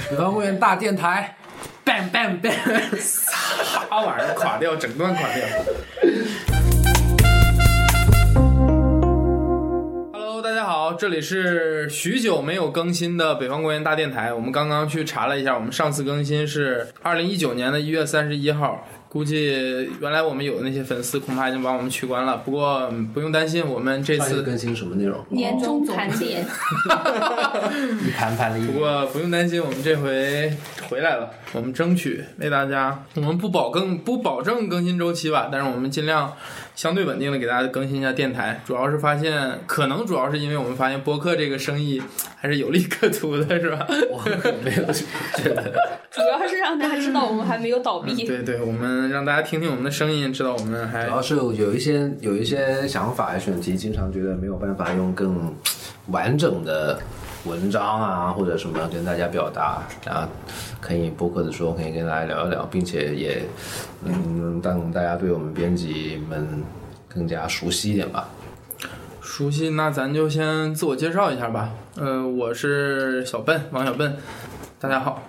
北方公园大电台 ，bang bang bang， 啥玩意儿垮掉，整段垮掉。Hello， 大家好，这里是许久没有更新的北方公园大电台。我们刚刚去查了一下，我们上次更新是2019年的1月31号。估计原来我们有的那些粉丝恐怕已经把我们取关了，不过不用担心，我们这次更新什么内容？ 年终盘点， 一盘盘了一。 不过不用担心，我们这回回来了，我们争取为大家，我们不保证更新周期吧，但是我们尽量相对稳定的给大家更新一下电台。主要是发现，可能主要是因为我们发现播客这个生意还是有利可图的，是吧？ 我没有觉得， 主要是让大家知道我们还没有倒闭。 对对，我们让大家听听我们的声音，知道我们还主要是有一些想法选题，经常觉得没有办法用更完整的文章啊或者什么跟大家表达，然后可以播客的时候可以跟大家聊一聊，并且也让大家对我们编辑们更加熟悉一点吧。 熟悉，那咱就先自我介绍一下吧。我是小笨，王小笨，大家好。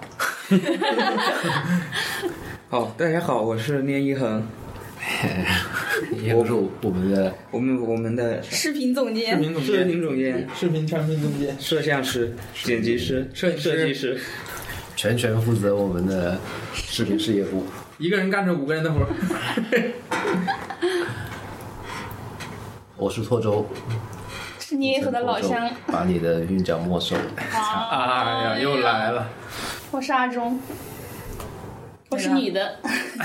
好，大家好，我是聂一恒， 也是我们的视频总监， 视频总监， 视频产品总监， 摄像师，剪辑师，设计师， 全权负责我们的视频事业部， 一个人干着5个人的活。 我是拓州， 是聂一恒的老乡， 把你的韵脚没收。 哎呀，又来了。 我是阿忠，我是女的。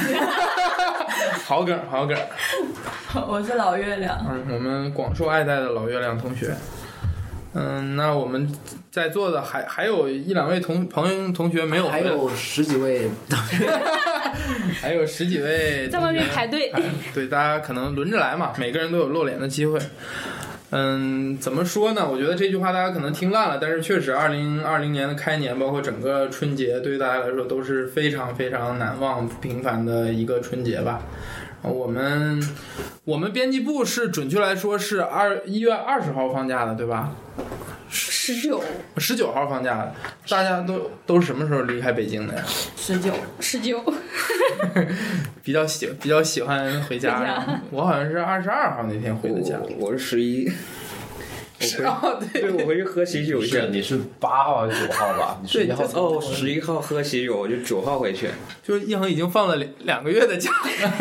好梗，好梗。 我是老月亮。 我们广受爱戴的老月亮同学。那我们在座的还有1、2位同学没有， 还有10几位还有10几位在外面排队。 对，大家可能轮着来嘛，每个人都有露脸的机会。怎么说呢？我觉得这句话大家可能听烂了，但是确实2020年的开年，包括整个春节，对于大家来说都是非常非常难忘、平凡的一个春节吧。我们编辑部是准确来说是1月20号放假的，对吧？19号放假的。大家都是什么时候离开北京的呀 19 比较喜欢回家。我好像是22号那天回的家。 我是11。对，我回去喝喜酒去。 你是8号还是9号吧？你11号。 11号喝喜酒，我就9号回去。 就一恒已经放了2个月的假了。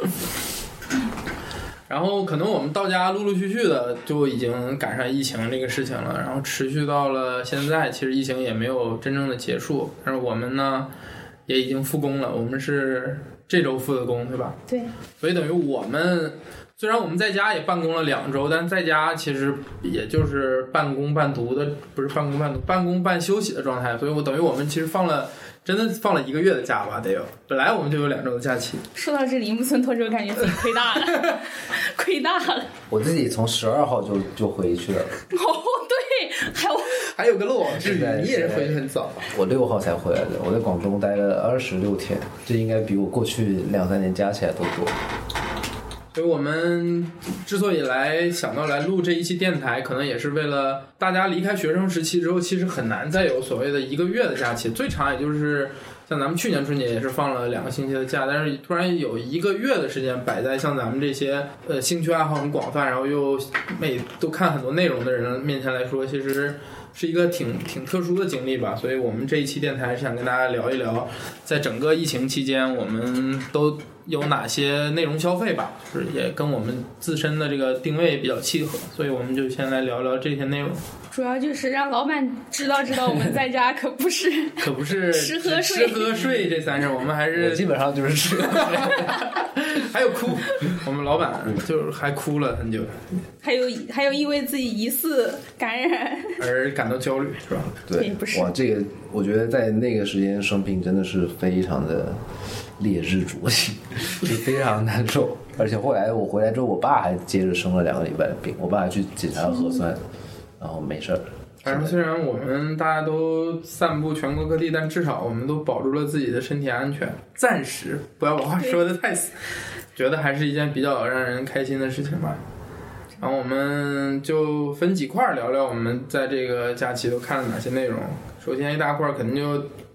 然后可能我们到家陆续的就已经赶上疫情这个事情了，然后持续到了现在，其实疫情也没有真正的结束，但是我们呢也已经复工了，我们是这周复的工，对吧？ 对。 所以等于我们虽然我们在家也办公了2周，但在家其实也就是半工半读的，不是半工半读，半工半休息的状态，所以等于我们其实真的放了1个月的假吧，得有。本来我们就有2周的假期。说到这里，木村拓周感觉自己亏大了，亏大了。 我自己从12号就回去了。 对， 还有个漏网之鱼，你也是回去很早。 我6号才回来的，我在广东待了26天，这应该比我过去2、3年加起来都多。 所以我们之所以想到来录这一期电台，可能也是为了大家离开学生时期之后，其实很难再有所谓的1个月的假期，最长也就是像咱们去年春节也是放了2个星期的假，但是突然有1个月的时间摆在像咱们这些兴趣爱好很广泛，然后又都看很多内容的人面前来说，其实是一个挺特殊的经历吧。所以我们这一期电台是想跟大家聊一聊，在整个疫情期间我们都有哪些内容消费吧，就是也跟我们自身的这个定位比较契合，所以我们就先来聊聊这些内容。 主要就是让老板知道我们在家可不是吃喝睡这3事，我们还是我基本上就是吃喝睡， 还有哭，我们老板就是还哭了很久， 还有因为自己疑似感染而感到焦虑，是吧？ 对， 不是。 哇，这个我觉得在那个时间生病真的是非常的烈日灼心，就非常难受。而且后来我回来之后，我爸还接着生了2个礼拜的病，我爸还去检查核酸，然后没事儿。 反正虽然我们大家都散布全国各地，但至少我们都保住了自己的身体安全，暂时不要把话说得太死，觉得还是一件比较让人开心的事情吧。然后我们就分几块聊聊我们在这个假期都看了哪些内容。首先一大块肯定就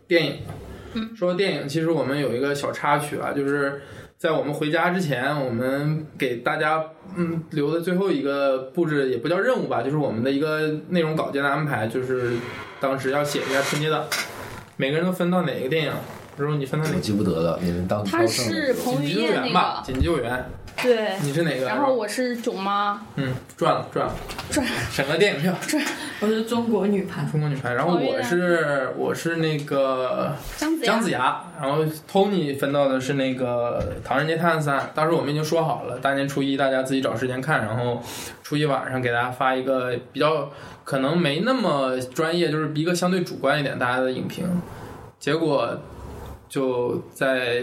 电影。说到电影，其实我们有一个小插曲啊，就是在我们回家之前，我们给大家留的最后一个布置，也不叫任务吧，就是我们的一个内容稿件的安排，就是当时要写一下春节档，每个人都分到哪个电影。比如你分到哪个？ 我记不得了，你们当他是彭于晏那个紧急救援。 对， 你是哪个？ 然后我是囧妈。 赚了，省个电影票。 我是中国女排。 然后我是那个姜子牙，然后 Tony 分到的是那个《唐人街探案3》。当时我们已经说好了，大年初一大家自己找时间看，然后初一晚上给大家发一个比较可能没那么专业，就是一个相对主观一点大家的影评。结果就在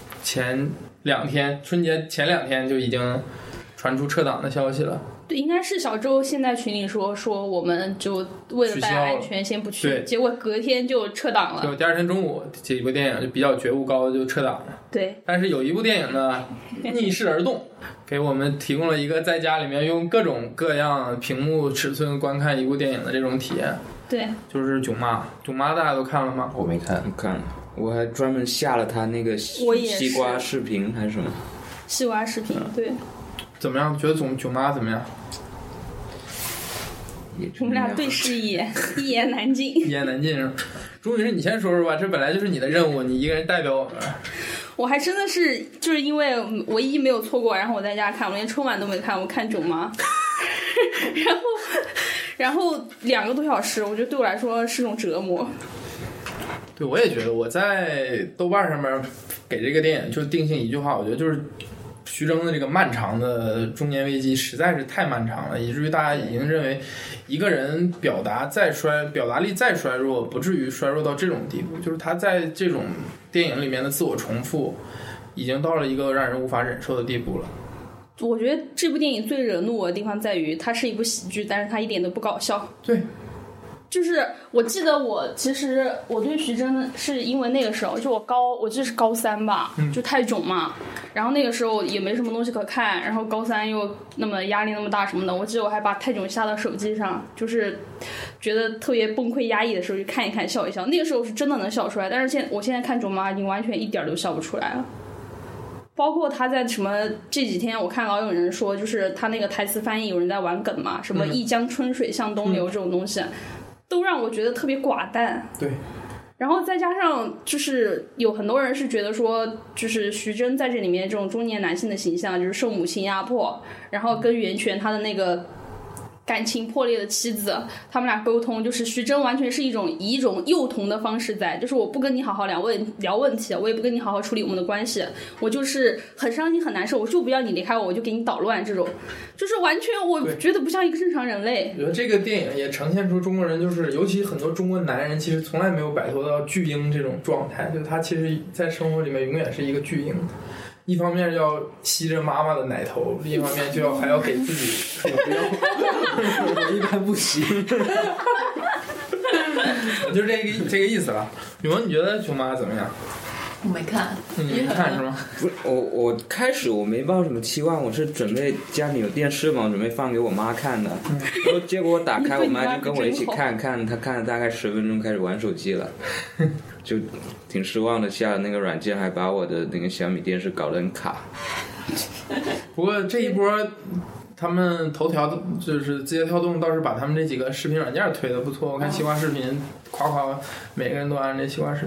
春节前2天就已经传出撤档的消息了。 对，应该是小周现在群里说我们就为了大家安全先不去，结果隔天就撤档了。 就第2天中午这部电影就比较觉悟高，就撤档了。 对， 但是有一部电影呢逆势而动，给我们提供了一个在家里面用各种各样屏幕尺寸观看一部电影的这种体验。 对， 就是囧妈大家都看了吗？ 我没看， 我还专门下了他那个西瓜视频还是什么？ 西瓜视频，对。 怎么样？觉得囧妈怎么样？ 我们俩对视一眼，一言难尽。 一言难尽是吧？终于是你先说说吧，这本来就是你的任务，你一个人代表我们。 我还真的是就是因为唯一没有错过，然后我在家看，我连春晚都没看，我看囧妈。然后2个多小时，我觉得对我来说是种折磨。 对，我也觉得我在豆瓣上面给这个电影就定性一句话，我觉得就是徐峥的这个漫长的中年危机实在是太漫长了，以至于大家已经认为一个人表达力再衰弱，不至于衰弱到这种地步，就是他在这种电影里面的自我重复已经到了一个让人无法忍受的地步了。 我觉得这部电影最惹怒我的地方在于它是一部喜剧，但是它一点都不搞笑。 对， 就是我记得其实我对徐峥是因为那个时候就我记得是高3吧，就泰囧嘛，然后那个时候也没什么东西可看，然后高3又那么压力那么大什么的，我记得我还把泰囧下到手机上，就是觉得特别崩溃压抑的时候就看一看笑一笑，那个时候是真的能笑出来，但是我现在看囧妈已经完全一点都笑不出来了。包括他在什么这几天我看老有人说，就是他那个台词翻译有人在玩梗嘛，什么一江春水向东流这种东西，都让我觉得特别寡淡。 对， 然后再加上就是有很多人是觉得说，就是徐峥在这里面这种中年男性的形象就是受母亲压迫，然后跟袁泉他的那个感情破裂的妻子，他们俩沟通，就是徐峥完全是以一种幼童的方式在，就是我不跟你好好聊问题，我也不跟你好好处理我们的关系，我就是很伤心很难受，我就不要你离开我，我就给你捣乱，这种就是完全我觉得不像一个正常人类。 我觉得这个电影也呈现出中国人，就是尤其很多中国男人其实从来没有摆脱到巨婴这种状态，就他其实在生活里面永远是一个巨婴，一方面要吸着妈妈的奶头，另一方面还要给自己我一般不吸。 就这个意思了。宇萌，你觉得囧妈怎么样？ 我没看。 你没看是吗？ 不是，我开始我没抱什么期望，我是准备家里有电视嘛，我准备放给我妈看的。然后结果我打开，我妈就跟我一起看，她看了大概10分钟，开始玩手机了，就挺失望的。下了那个软件，还把我的那个小米电视搞得很卡。 不过这一波他们头条就是字节跳动倒是把他们这几个视频软件推得不错，我看西瓜视频夸每个人都按这西瓜视频。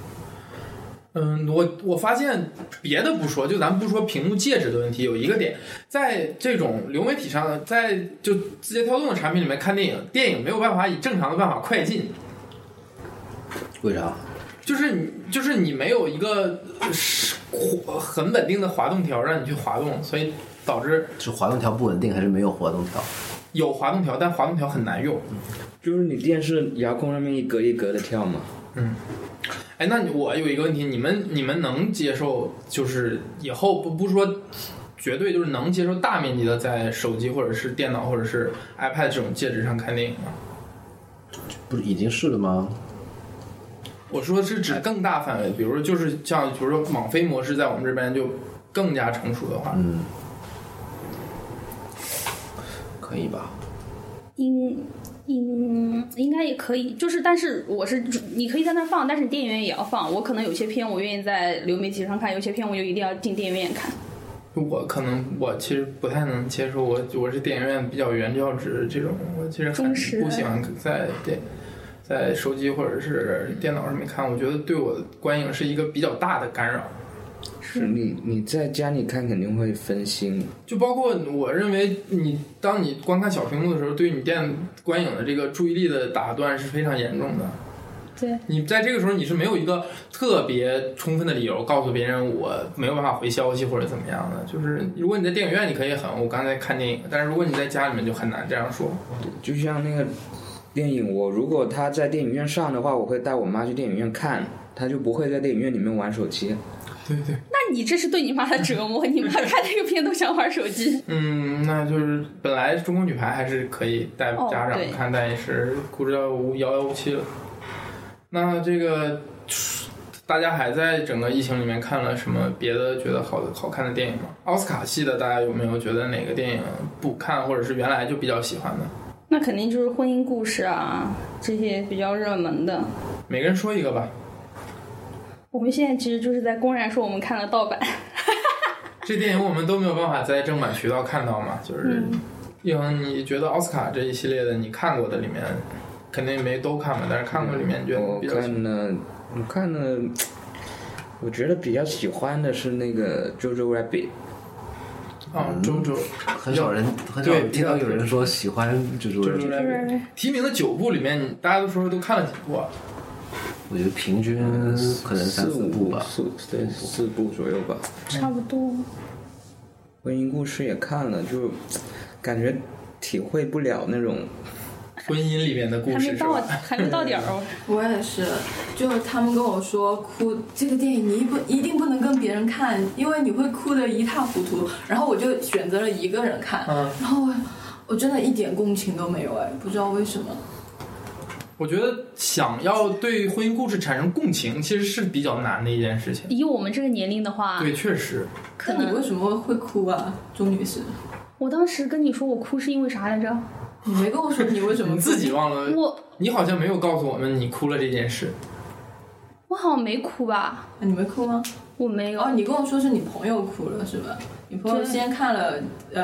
我发现别的不说，就咱不说屏幕介质的问题，有一个点，在这种流媒体上，在就字节跳动的产品里面看电影没有办法以正常的办法快进。 为啥？ 就是你没有一个很稳定的滑动条让你去滑动，所以导致是滑动条不稳定还是没有滑动条？ 有滑动条，但滑动条很难用。 就是你电视遥控上面一格一格的跳嘛。 哎，那我有一个问题，你们能接受，就是以后不说绝对，就是能接受大面积的在手机或者是电脑或者是 iPad 这种介质上看电影吗？ 不是已经是了吗？ 我说是指更大范围，比如说就是像比如说网飞模式在我们这边就更加成熟的话， 可以吧？ 应该也可以，就是但是你可以在那放，但是你电影院也要放。我可能有些片我愿意在流媒体上看，有些片我就一定要进电影院看。 我其实不太能接受，我是电影院比较原教旨这种，我其实很不喜欢在手机或者是电脑上面看，我觉得对我的观影是一个比较大的干扰。 是你在家里看肯定会分心， 就包括我认为当你观看小屏幕的时候，对你观影的这个注意力的打断是非常严重的。 对， 你在这个时候你是没有一个特别充分的理由告诉别人我没有办法回消息或者怎么样的。就是如果你在电影院你可以我刚才看电影，但是如果你在家里面就很难这样说。 就像那个电影，我如果他在电影院上的话，我会带我妈去电影院看，她就不会在电影院里面玩手机。 对对， 那你这是对你妈的折磨，你妈看那个片都想玩手机。 那就是本来中国女排还是可以带家长看，但也是不知道遥遥无期了。那这个大家还在整个疫情里面看了什么别的觉得好看的电影吗？奥斯卡系的大家有没有觉得哪个电影不看或者是原来就比较喜欢的？ 那肯定就是婚姻故事啊，这些比较热门的。 每个人说一个吧。 我们现在其实就是在公然说我们看了盗版。 这电影我们都没有办法在正版渠道看到嘛，就是一恒，你觉得奥斯卡这一系列的你看过的里面肯定没都看吧，但是看过里面觉得比较我看了我觉得比较喜欢的是那个 Jojo Rabbit。 Jojo 很少人听到有人说喜欢 Jojo Rabbit。提名的9部里面大家都说都看了几部啊？ 我觉得平均可能3、4部吧 ，4部左右吧， 差不多。 婚姻故事也看了，就感觉体会不了那种婚姻里面的故事， 还没到点儿哦。 我也是，就是他们跟我说哭这个电影你一定不能跟别人看，因为你会哭得一塌糊涂。然后我就选择了一个人看，然后我真的一点共情都没有，不知道为什么。 我觉得想要对婚姻故事产生共情其实是比较难的一件事情。 以我们这个年龄的话， 对，确实。 那你为什么会哭啊，钟女士？ 我当时跟你说我哭是因为啥来着？ 你没跟我说你为什么哭？ 你自己忘了。你好像没有告诉我们你哭了这件事。 我好像没哭吧？ 你没哭吗？ 我没有。 你跟我说是你朋友哭了是吧？你朋友先看了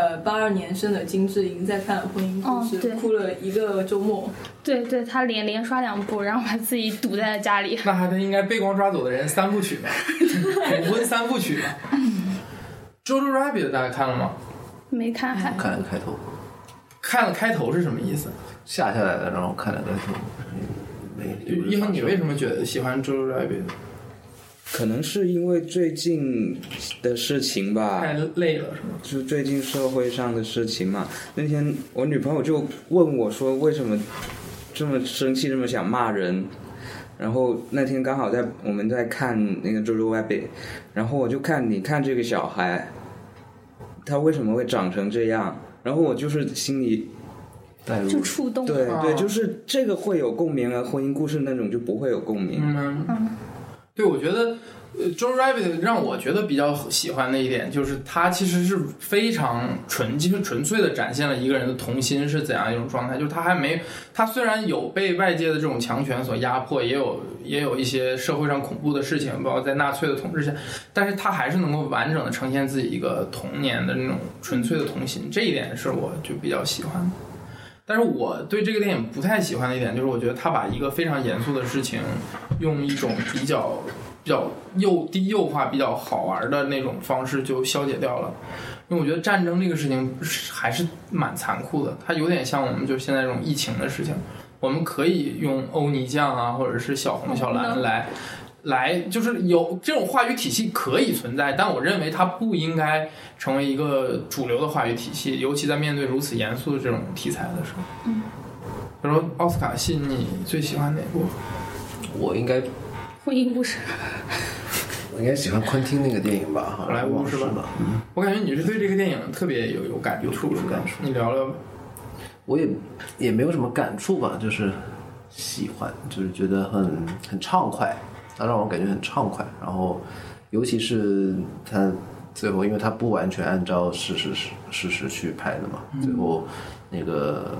82年生的金智英，再看了婚姻故事，哭了一个周末。 对对，他连刷2部，然后把自己堵在了家里。 那还得应该被光抓走的人3部曲吧，恐婚3部曲吧。Jojo Rabbit 大家看了吗？ 没看，还看了开头。 看了开头是什么意思？ 下来的，然后看了开头。 一恒，你为什么觉得喜欢 Jojo Rabbit？ 可能是因为最近的事情吧， 太累了是吗？ 就最近社会上的事情嘛。那天我女朋友就问我说，为什么这么生气，这么想骂人？然后那天刚好我们在看那个 Jojo Rabbit， 然后我就你看这个小孩，他为什么会长成这样？然后我就是心里就触动了。 对，就是这个会有共鸣啊，婚姻故事那种就不会有共鸣。 对，我觉得Jojo Rabbit 让我觉得比较喜欢的一点就是它其实是非常纯粹的展现了一个人的童心是怎样一种状态，就是他虽然有被外界的这种强权所压迫，也有一些社会上恐怖的事情，包括在纳粹的统治下，但是他还是能够完整的呈现自己一个童年的那种纯粹的童心，这一点是我就比较喜欢的。但是我对这个电影不太喜欢的一点就是我觉得他把一个非常严肃的事情用一种比较低幼化比较好玩的那种方式就消解掉了。因为我觉得战争这个事情还是蛮残酷的，它有点像我们就现在这种疫情的事情，我们可以用欧尼酱啊或者是小红小蓝来就是有这种话语体系可以存在，但我认为它不应该成为一个主流的话语体系，尤其在面对如此严肃的这种题材的时候。比如说奥斯卡系你最喜欢哪部？ 我应该婚姻故事。 我应该喜欢昆汀那个电影吧， 好莱坞是吧？我感觉你是对这个电影特别有感触，你聊聊吧。 我也没有什么感触吧，就是喜欢，就是觉得很畅快，它让我感觉很畅快。然后尤其是它最后，因为它不完全按照事实去拍的嘛，最后那个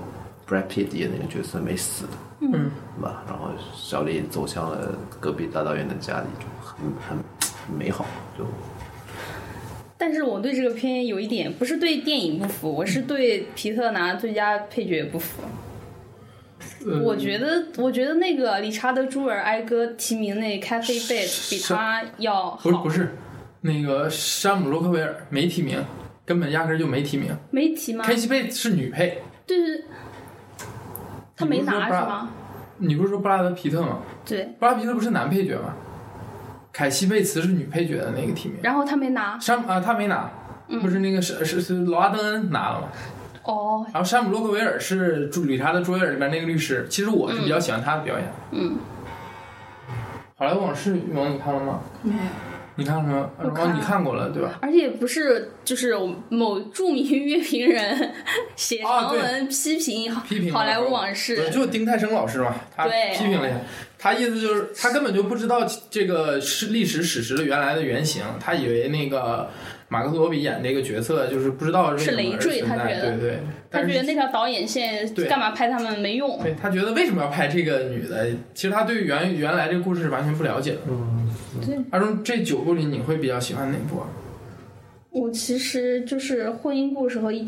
Brad Pitt 演那个角色没死，对吧？然后小李走向了隔壁大导演的家里，就很美好，就。 但是我对这个片有一点，不是对电影不服，我是对皮特拿最佳配角不服。我觉得那个理查德·朱尔挨个提名那 Kathy Bates 比他要好。 不是，那个山姆·洛克维尔没提名，根本压根就没提名。 没提吗 ？Kathy Bates 是女配。 对，他没拿是吗？ 你不是说布拉德·皮特吗？ 对， 布拉德·皮特不是男配角吗？凯西·贝茨是女配角的那个提名， 然后他没拿。 他没拿，不是那个是劳拉·登恩拿了吗？ 哦。 然后山姆·洛克维尔是理查德·朱维尔里边那个律师，其实我是比较喜欢他的表演。好莱坞往事你看了吗？ 没有。 你看了吗？你看过了对吧？ 而且不是就是某著名乐评人写长文批评好莱坞往事， 就是丁泰生老师嘛，他批评了一下，他意思就是他根本就不知道这个是历史史实的原来的原型，他以为那个马克思罗比演这个角色就是不知道是累赘，他觉得对， 他觉得那条导演线干嘛拍他们没用， 对他觉得为什么要拍这个女的，其实他对原来这个故事是完全不了解的。 对。 阿忠，这9部里你会比较喜欢哪部啊？ 我其实就是《婚姻故事》和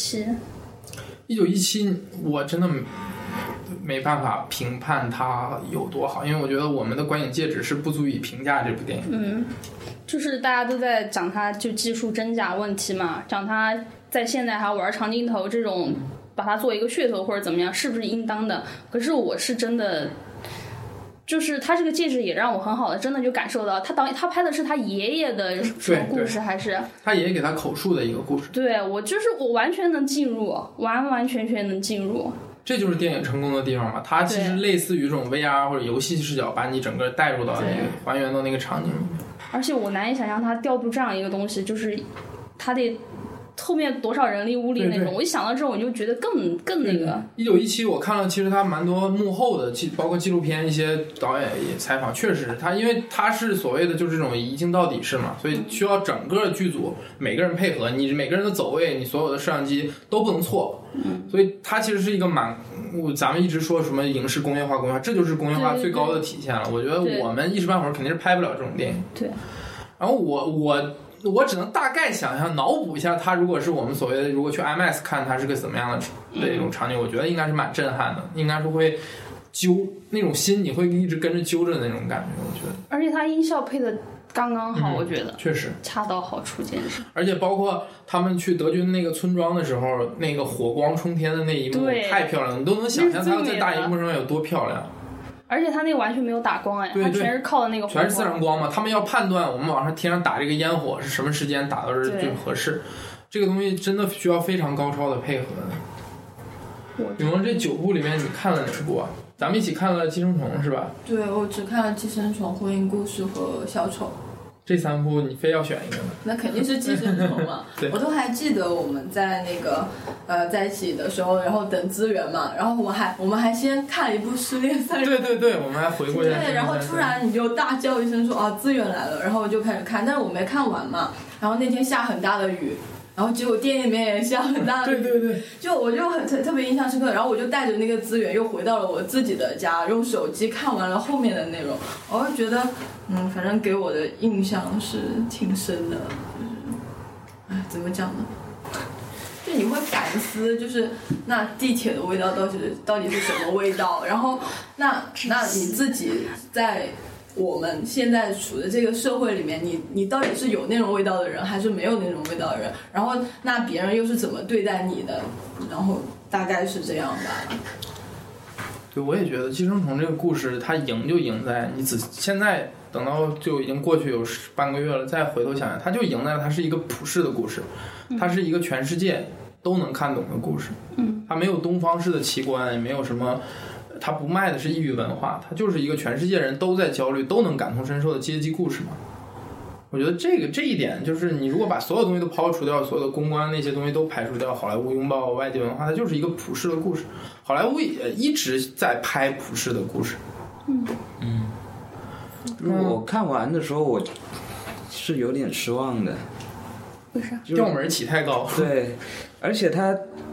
《1917》 我真的没办法评判它有多好，因为我觉得我们的观影介质是不足以评价这部电影。 就是大家都在讲它就技术真假问题嘛，讲它在现在还玩长镜头这种，把它做一个噱头或者怎么样，是不是应当的？可是我是真的。就是他这个介质也让我很好的真的就感受到他拍的是他爷爷的什么故事，还是他爷爷给他口述的一个故事。 对，我完全能进入，完全能进入。 这就是电影成功的地方嘛，它其实类似于这种 VR 或者游戏视角，把你整个带入到那个还原到那个场景里面。 而且我难以想象他调度这样一个东西，就是他得后面多少人力物力那种，对，我一想到这种我就觉得更那个。 1917我看了，其实他蛮多幕后的，包括纪录片一些导演也采访，确实他因为他是所谓的就是这种一镜到底式嘛，所以需要整个剧组每个人配合，你每个人的走位，你所有的摄像机都不能错，所以他其实是一个咱们一直说什么影视工业化，这就是工业化最高的体现了。我觉得我们一时半会儿肯定是拍不了这种电影。 对。 然后我只能大概想象脑补一下，他如果是我们所谓的如果去 IMAX 看它是个怎么样的那种场景，我觉得应该是蛮震撼的，应该是会那种心你会一直跟着揪着的那种感觉，我觉得。而且他音效配的刚刚好，我觉得确实恰到好处，简直。 而且包括他们去德军那个村庄的时候，那个火光冲天的那一幕太漂亮了，你都能想象它在大荧幕上有多漂亮。 而且他那个完全没有打光哎，它全是靠的那个火光， 全是自然光嘛。他们要判断我们往上天上打这个烟火是什么时间打到是最合适，这个东西真的需要非常高超的配合的。永恒这9部里面你看了哪部啊？咱们一起看了《寄生虫》是吧？ 对，我只看了《寄生虫》、《婚姻故事》和《小丑》。 这3部你非要选一个吗？ 那肯定是寄生虫嘛。我都还记得我们在那个在一起的时候，然后等资源嘛，然后我们还先看了一部《失恋3人》。 对，我们还回过一下。 对，然后突然你就大叫一声说啊资源来了，然后我就开始看，但是我没看完嘛。然后那天下很大的雨。然后结果店里面也下很大的雨， 对， 就我就特别印象深刻。然后我就带着那个资源又回到了我自己的家，用手机看完了后面的内容。我就觉得，反正给我的印象是挺深的。怎么讲呢？就你会反思，就是那地铁的味道到底是什么味道？然后那你自己在。我们现在处的这个社会里面，你到底是有那种味道的人，还是没有那种味道的人？然后那别人又是怎么对待你的？然后大概是这样吧。 对，我也觉得《寄生虫》这个故事，它赢就赢在你现在等到就已经过去有半个月了，再回头想想，它就赢在它是一个普世的故事，它是一个全世界都能看懂的故事。它没有东方式的奇观，也没有什么。他不卖的是异域文化，他就是一个全世界人都在焦虑都能感同身受的阶级故事嘛。我觉得这一点就是你如果把所有东西都抛除掉，所有的公关那些东西都排除掉，好莱坞拥抱外界文化，它就是一个普世的故事。好莱坞也一直在拍普世的故事。 我看完的时候我是有点失望的。 为啥？ 调门起太高。 对，而且他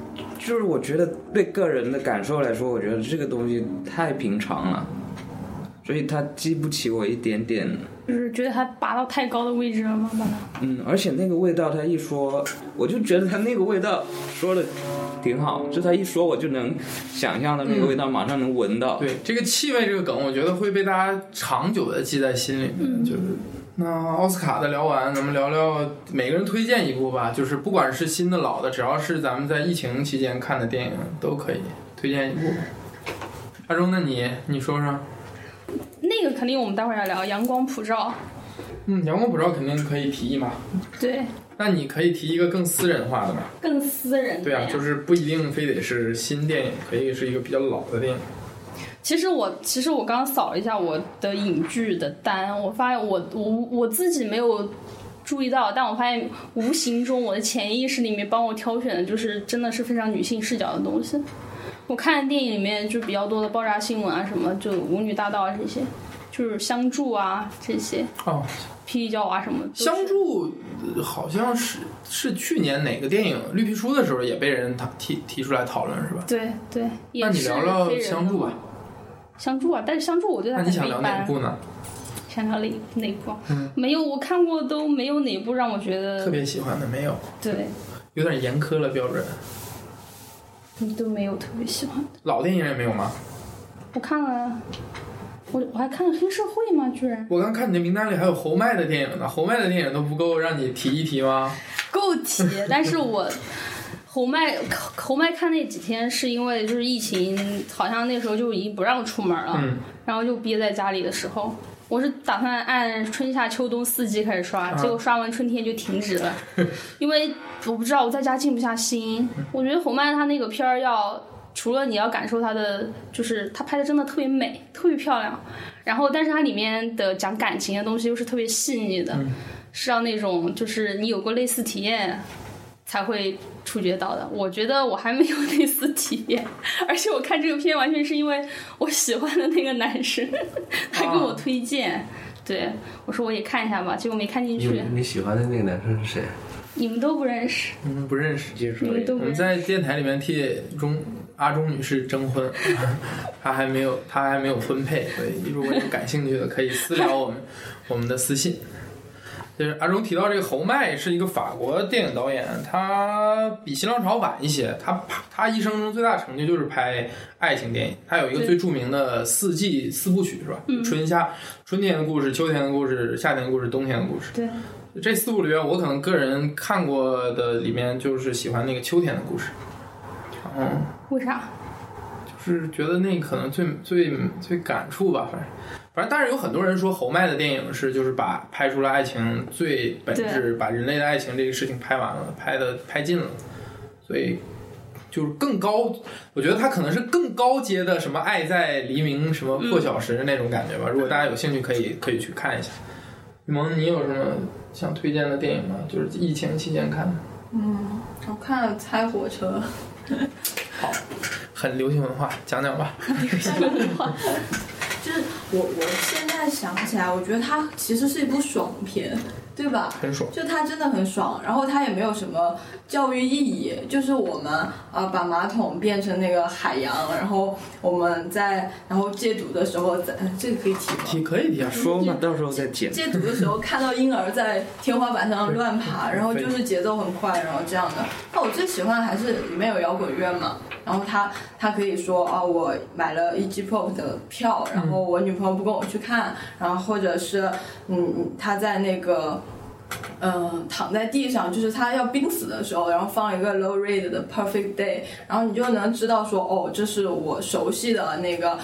就是我觉得对个人的感受来说，我觉得这个东西太平常了，所以它激不起我一点点。 就是觉得他拔到太高的位置了吗？把它而且那个味道他一说，我就觉得他那个味道说的挺好，就他一说我就能想象的那个味道，马上能闻到。 对，这个气味这个梗，我觉得会被大家长久的记在心里面。就是那奥斯卡的聊完，咱们聊聊每个人推荐一部吧，就是不管是新的老的，只要是咱们在疫情期间看的电影都可以推荐一部。阿忠，那你说说。 那个肯定我们待会儿要聊阳光普照。 阳光普照肯定可以提一嘛。对。那你可以提一个更私人化的吧？ 更私人的。 对啊，就是不一定非得是新电影，可以是一个比较老的电影。 其实我刚刚扫了一下我的影剧的单，我发现我自己没有注意到，但我发现无形中我的潜意识里面帮我挑选的就是真的是非常女性视角的东西。我看的电影里面就比较多的爆炸新闻啊，什么就舞女大盗啊这些，就是相助啊这些霹雳娇娃什么的。 相助好像是去年哪个电影绿皮书的时候也被人提出来讨论是吧？ 对对。 那你聊聊相助吧。 相助啊，但是相助我对他那你想聊哪部呢？ 想聊哪部？没有，我看过都没有哪部让我觉得特别喜欢的，没有。 对， 有点严苛了标准。 都没有特别喜欢的。 老电影也没有吗？ 我看了，我还看了黑社会吗？居然！ 我刚看你的名单里还有侯麦的电影呢，侯麦的电影都不够让你提一提吗？ 够提，但是我侯麦看那几天是因为就是疫情，好像那时候就已经不让出门了，然后就憋在家里的时候。我是打算按春夏秋冬4季开始刷，结果刷完春天就停止了，因为我不知道我在家静不下心。我觉得侯麦他那个片儿除了你要感受他的，就是他拍的真的特别美，特别漂亮，然后但是他里面的讲感情的东西又是特别细腻的，是要那种就是你有过类似体验才会触觉到的。我觉得我还没有类似体验，而且我看这个片完全是因为我喜欢的那个男生他给我推荐，对我说我也看一下吧，结果没看进去。 你喜欢的那个男生是谁？ 你们都不认识。 不认识。 你们都不认识。 我们在电台里面替阿忠女士征婚，她还没有婚配，所以如果有感兴趣的可以私聊我们的私信。就是阿忠提到这个侯麦是一个法国电影导演，他比新浪潮晚一些，他一生中最大成就就是拍爱情电影。他有一个最著名的4季4部曲是吧？春天的故事、秋天的故事、夏天的故事、冬天的故事。 对， 这4部里面我可能个人看过的里面就是喜欢那个秋天的故事。 为啥？ 就是觉得那可能最感触吧，反正，但是有很多人说侯麦的电影就是拍出了爱情最本质，把人类的爱情这个事情拍完了，拍尽了，所以就是更高，我觉得他可能是更高阶的什么爱在黎明什么破晓时那种感觉吧。如果大家有兴趣可以去看一下。雨萌，你有什么想推荐的电影吗？就是疫情期间看的。 我看了《猜火车》。 好，很流行文化，讲讲吧。 流行文化。 就是我现在想起来，我觉得它其实是一部爽片，对吧？ 很爽， 就它真的很爽，然后它也没有什么教育意义，就是我们把马桶变成那个海洋，然后我们然后戒毒的时候，这个可以提吗？ 可以提啊， 说嘛，到时候再剪。 戒毒的时候看到婴儿在天花板上乱爬，然后就是节奏很快，然后这样的。那我最喜欢的还是里面有摇滚乐嘛，然后他可以说我买了Iggy Pop的票，然后我女朋友不跟我去看，然后或者是他在那个躺在地上，就是他要濒死的时候，然后放一个 Low Reed 的 Perfect Day， 然后你就能知道说这是我熟悉的那个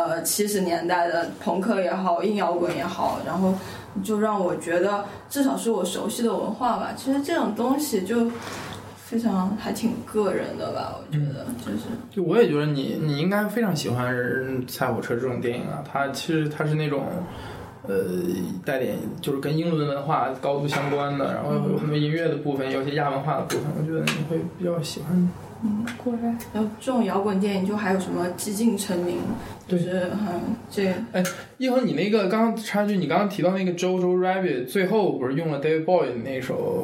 70年代的朋克也好，硬摇滚也好，然后就让我觉得至少是我熟悉的文化吧。其实这种东西就非常还挺个人的吧，我觉得就我也觉得你应该非常喜欢《猜火车》这种电影啊，它是那种带点就是跟英伦文化高度相关的，然后有很多音乐的部分，有些亚文化的部分，我觉得你会比较喜欢。 果然。然后这种摇滚电影就还有什么寂静成名，就是一恒，你那个刚刚插句，你刚刚提到那个 Jojo Rabbit 最后不是用了 David Bowie 的那首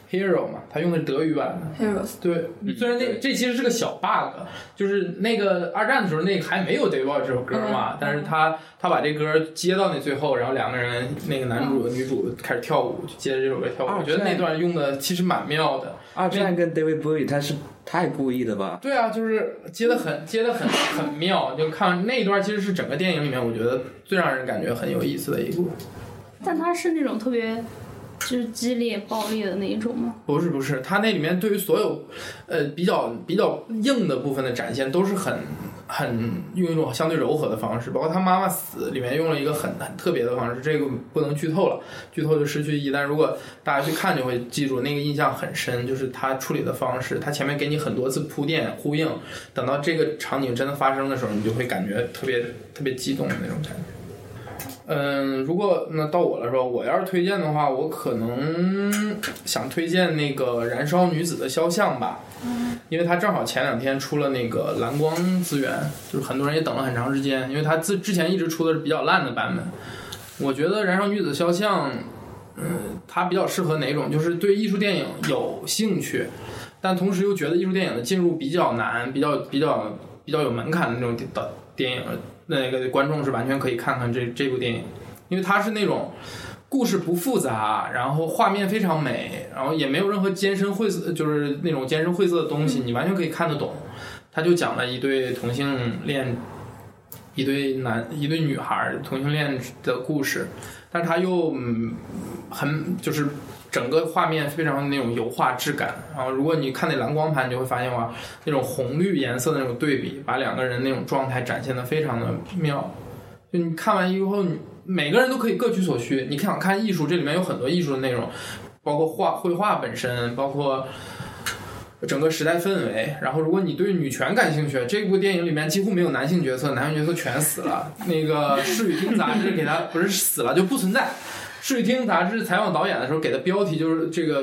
Hero 嘛，他用的是德语版的 Heroes。 对，虽然这其实是个小 bug， 就是那个二战的时候那个还没有 David Bowie 这首歌嘛，但是他把这歌接到那最后，然后两个人那个男主女主开始跳舞，就接着这首歌跳舞，我觉得那段用的其实蛮妙的。 二战跟 David Bowie 他是太故意的吧？ 对啊，就是接得很妙，就看那一段其实是整个电影里面我觉得最让人感觉很有意思的一部。 但他是那种特别就是激烈暴力的那一种吗？ 不是，他那里面对于所有比较硬的部分的展现都是很用一种相对柔和的方式，包括他妈妈死里面用了一个很特别的方式，这个不能剧透了，剧透就失去意义。但如果大家去看就会记住那个印象很深，就是他处理的方式，他前面给你很多次铺垫呼应，等到这个场景真的发生的时候，你就会感觉特别激动的那种感觉。如果那到我了说，我要是推荐的话，我可能想推荐那个《燃烧女子的肖像》吧，因为它正好前2天出了那个蓝光资源，就是很多人也等了很长时间，因为它之前一直出的是比较烂的版本。我觉得《燃烧女子的肖像》，它比较适合哪种？就是对艺术电影有兴趣，但同时又觉得艺术电影的进入比较难，比较有门槛的那种电影。那个观众是完全可以看看这部电影，因为它是那种故事不复杂，然后画面非常美，然后也没有任何艰深晦涩，就是那种艰深晦涩的东西，你完全可以看得懂。他就讲了一对同性恋，一对女孩同性恋的故事，但是他又就是整个画面非常那种油画质感，然后如果你看那蓝光盘，你就会发现哇，那种红绿颜色的那种对比，把两个人那种状态展现得非常的妙。就你看完以后，你每个人都可以各取所需。你想看艺术，这里面有很多艺术的内容，包括绘画本身，包括整个时代氛围。然后如果你对女权感兴趣，这部电影里面几乎没有男性角色，男性角色全死了。那个《视与听》杂志给他不是死了就不存在。视与听杂志采访导演的时候给的标题就是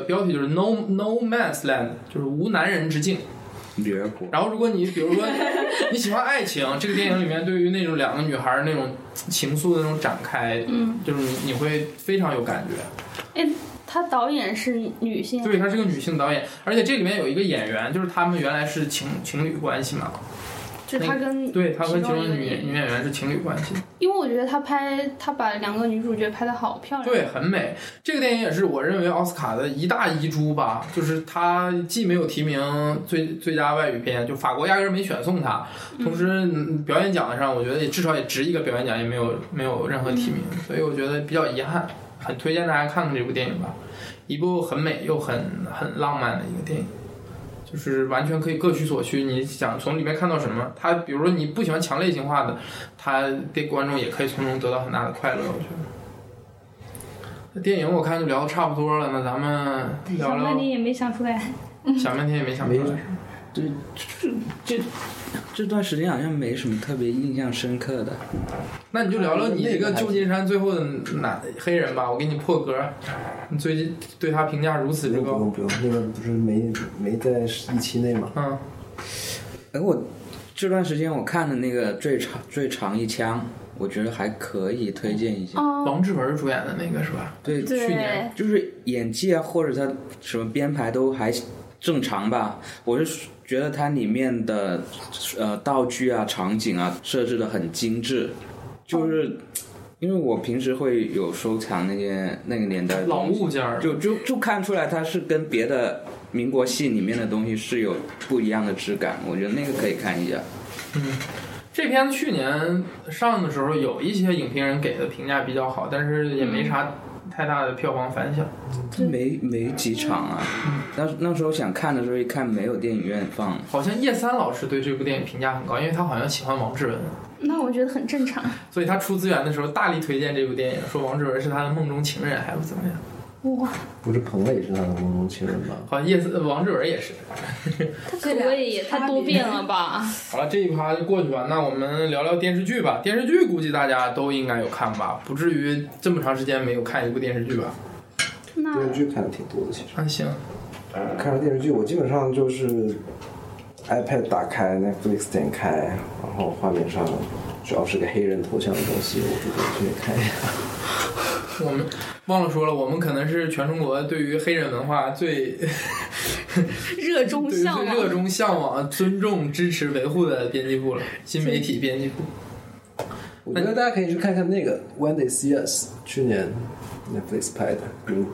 No Man's Land， 就是无男人之境。然后如果你比如说你喜欢爱情，这个电影里面对于那种两个女孩那种情愫的那种展开，就是你会非常有感觉。 他导演是女性？ 对，她是个女性导演，而且这里面有一个演员，就是他们原来是情侣关系嘛。 就他跟对他和其中女演员是情侣关系， 因为我觉得他把两个女主角拍得好漂亮， 对，很美。这个电影也是我认为奥斯卡的一大遗珠吧，就是他既没有提名最佳外语片，就法国压根没选送他，同时表演奖上我觉得至少也值一个表演奖，也没有任何提名，所以我觉得比较遗憾，很推荐大家看看这部电影吧，一部很美又很浪漫的一个电影。就是完全可以各取所需，你想从里面看到什么？他比如说你不喜欢强类型化的，他对观众也可以从中得到很大的快乐。我觉得电影我看就聊得差不多了，那咱们聊聊。 想半天也没想出来。 想半天也没想出来。 对，这段时间好像没什么特别印象深刻的。 那你就聊聊你这个旧金山最后的黑人吧，我给你破格。你最近对他评价如此之高？ 不用，那个不是没在一期内吗？ 我这段时间我看的那个最长一枪，我觉得还可以推荐一下。 王志文主演的那个是吧？ 对， 去年就是演技啊，或者他什么编排都还正常吧。我是觉得它里面的道具啊、场景啊设置的很精致，就是因为我平时会有收藏那个年代的老物件， 就看出来它是跟别的民国戏里面的东西是有不一样的质感，我觉得那个可以看一下。 这片去年上的时候有一些影评人给的评价比较好，但是也没啥太大的票房反响， 没几场啊。那时候想看的时候一看没有电影院放。 好像叶三老师对这部电影评价很高，因为他好像喜欢王志文。 那我觉得很正常。 所以他出资源的时候大力推荐这部电影，说王志文是他的梦中情人，还不怎么样。 哇， 不是彭磊是他的梦中情人吧？ 好像王志文也是。 他可以也太多变了吧？ 好了，这一趴就过去吧。那我们聊聊电视剧吧。电视剧估计大家都应该有看吧，不至于这么长时间没有看一部电视剧吧？ 电视剧看的挺多的，其实。 行。 看了电视剧，我基本上就是 iPad 打开 ，Netflix 点开，然后画面上只要是个黑人头像的东西，我就去看一下。 我们忘了说了，我们可能是全中国对于黑人文化最热衷向往、尊重、支持、维护的编辑部了，新媒体编辑部。 我觉得大家可以去看看那个 When They See Us， 去年 Netflix 拍的，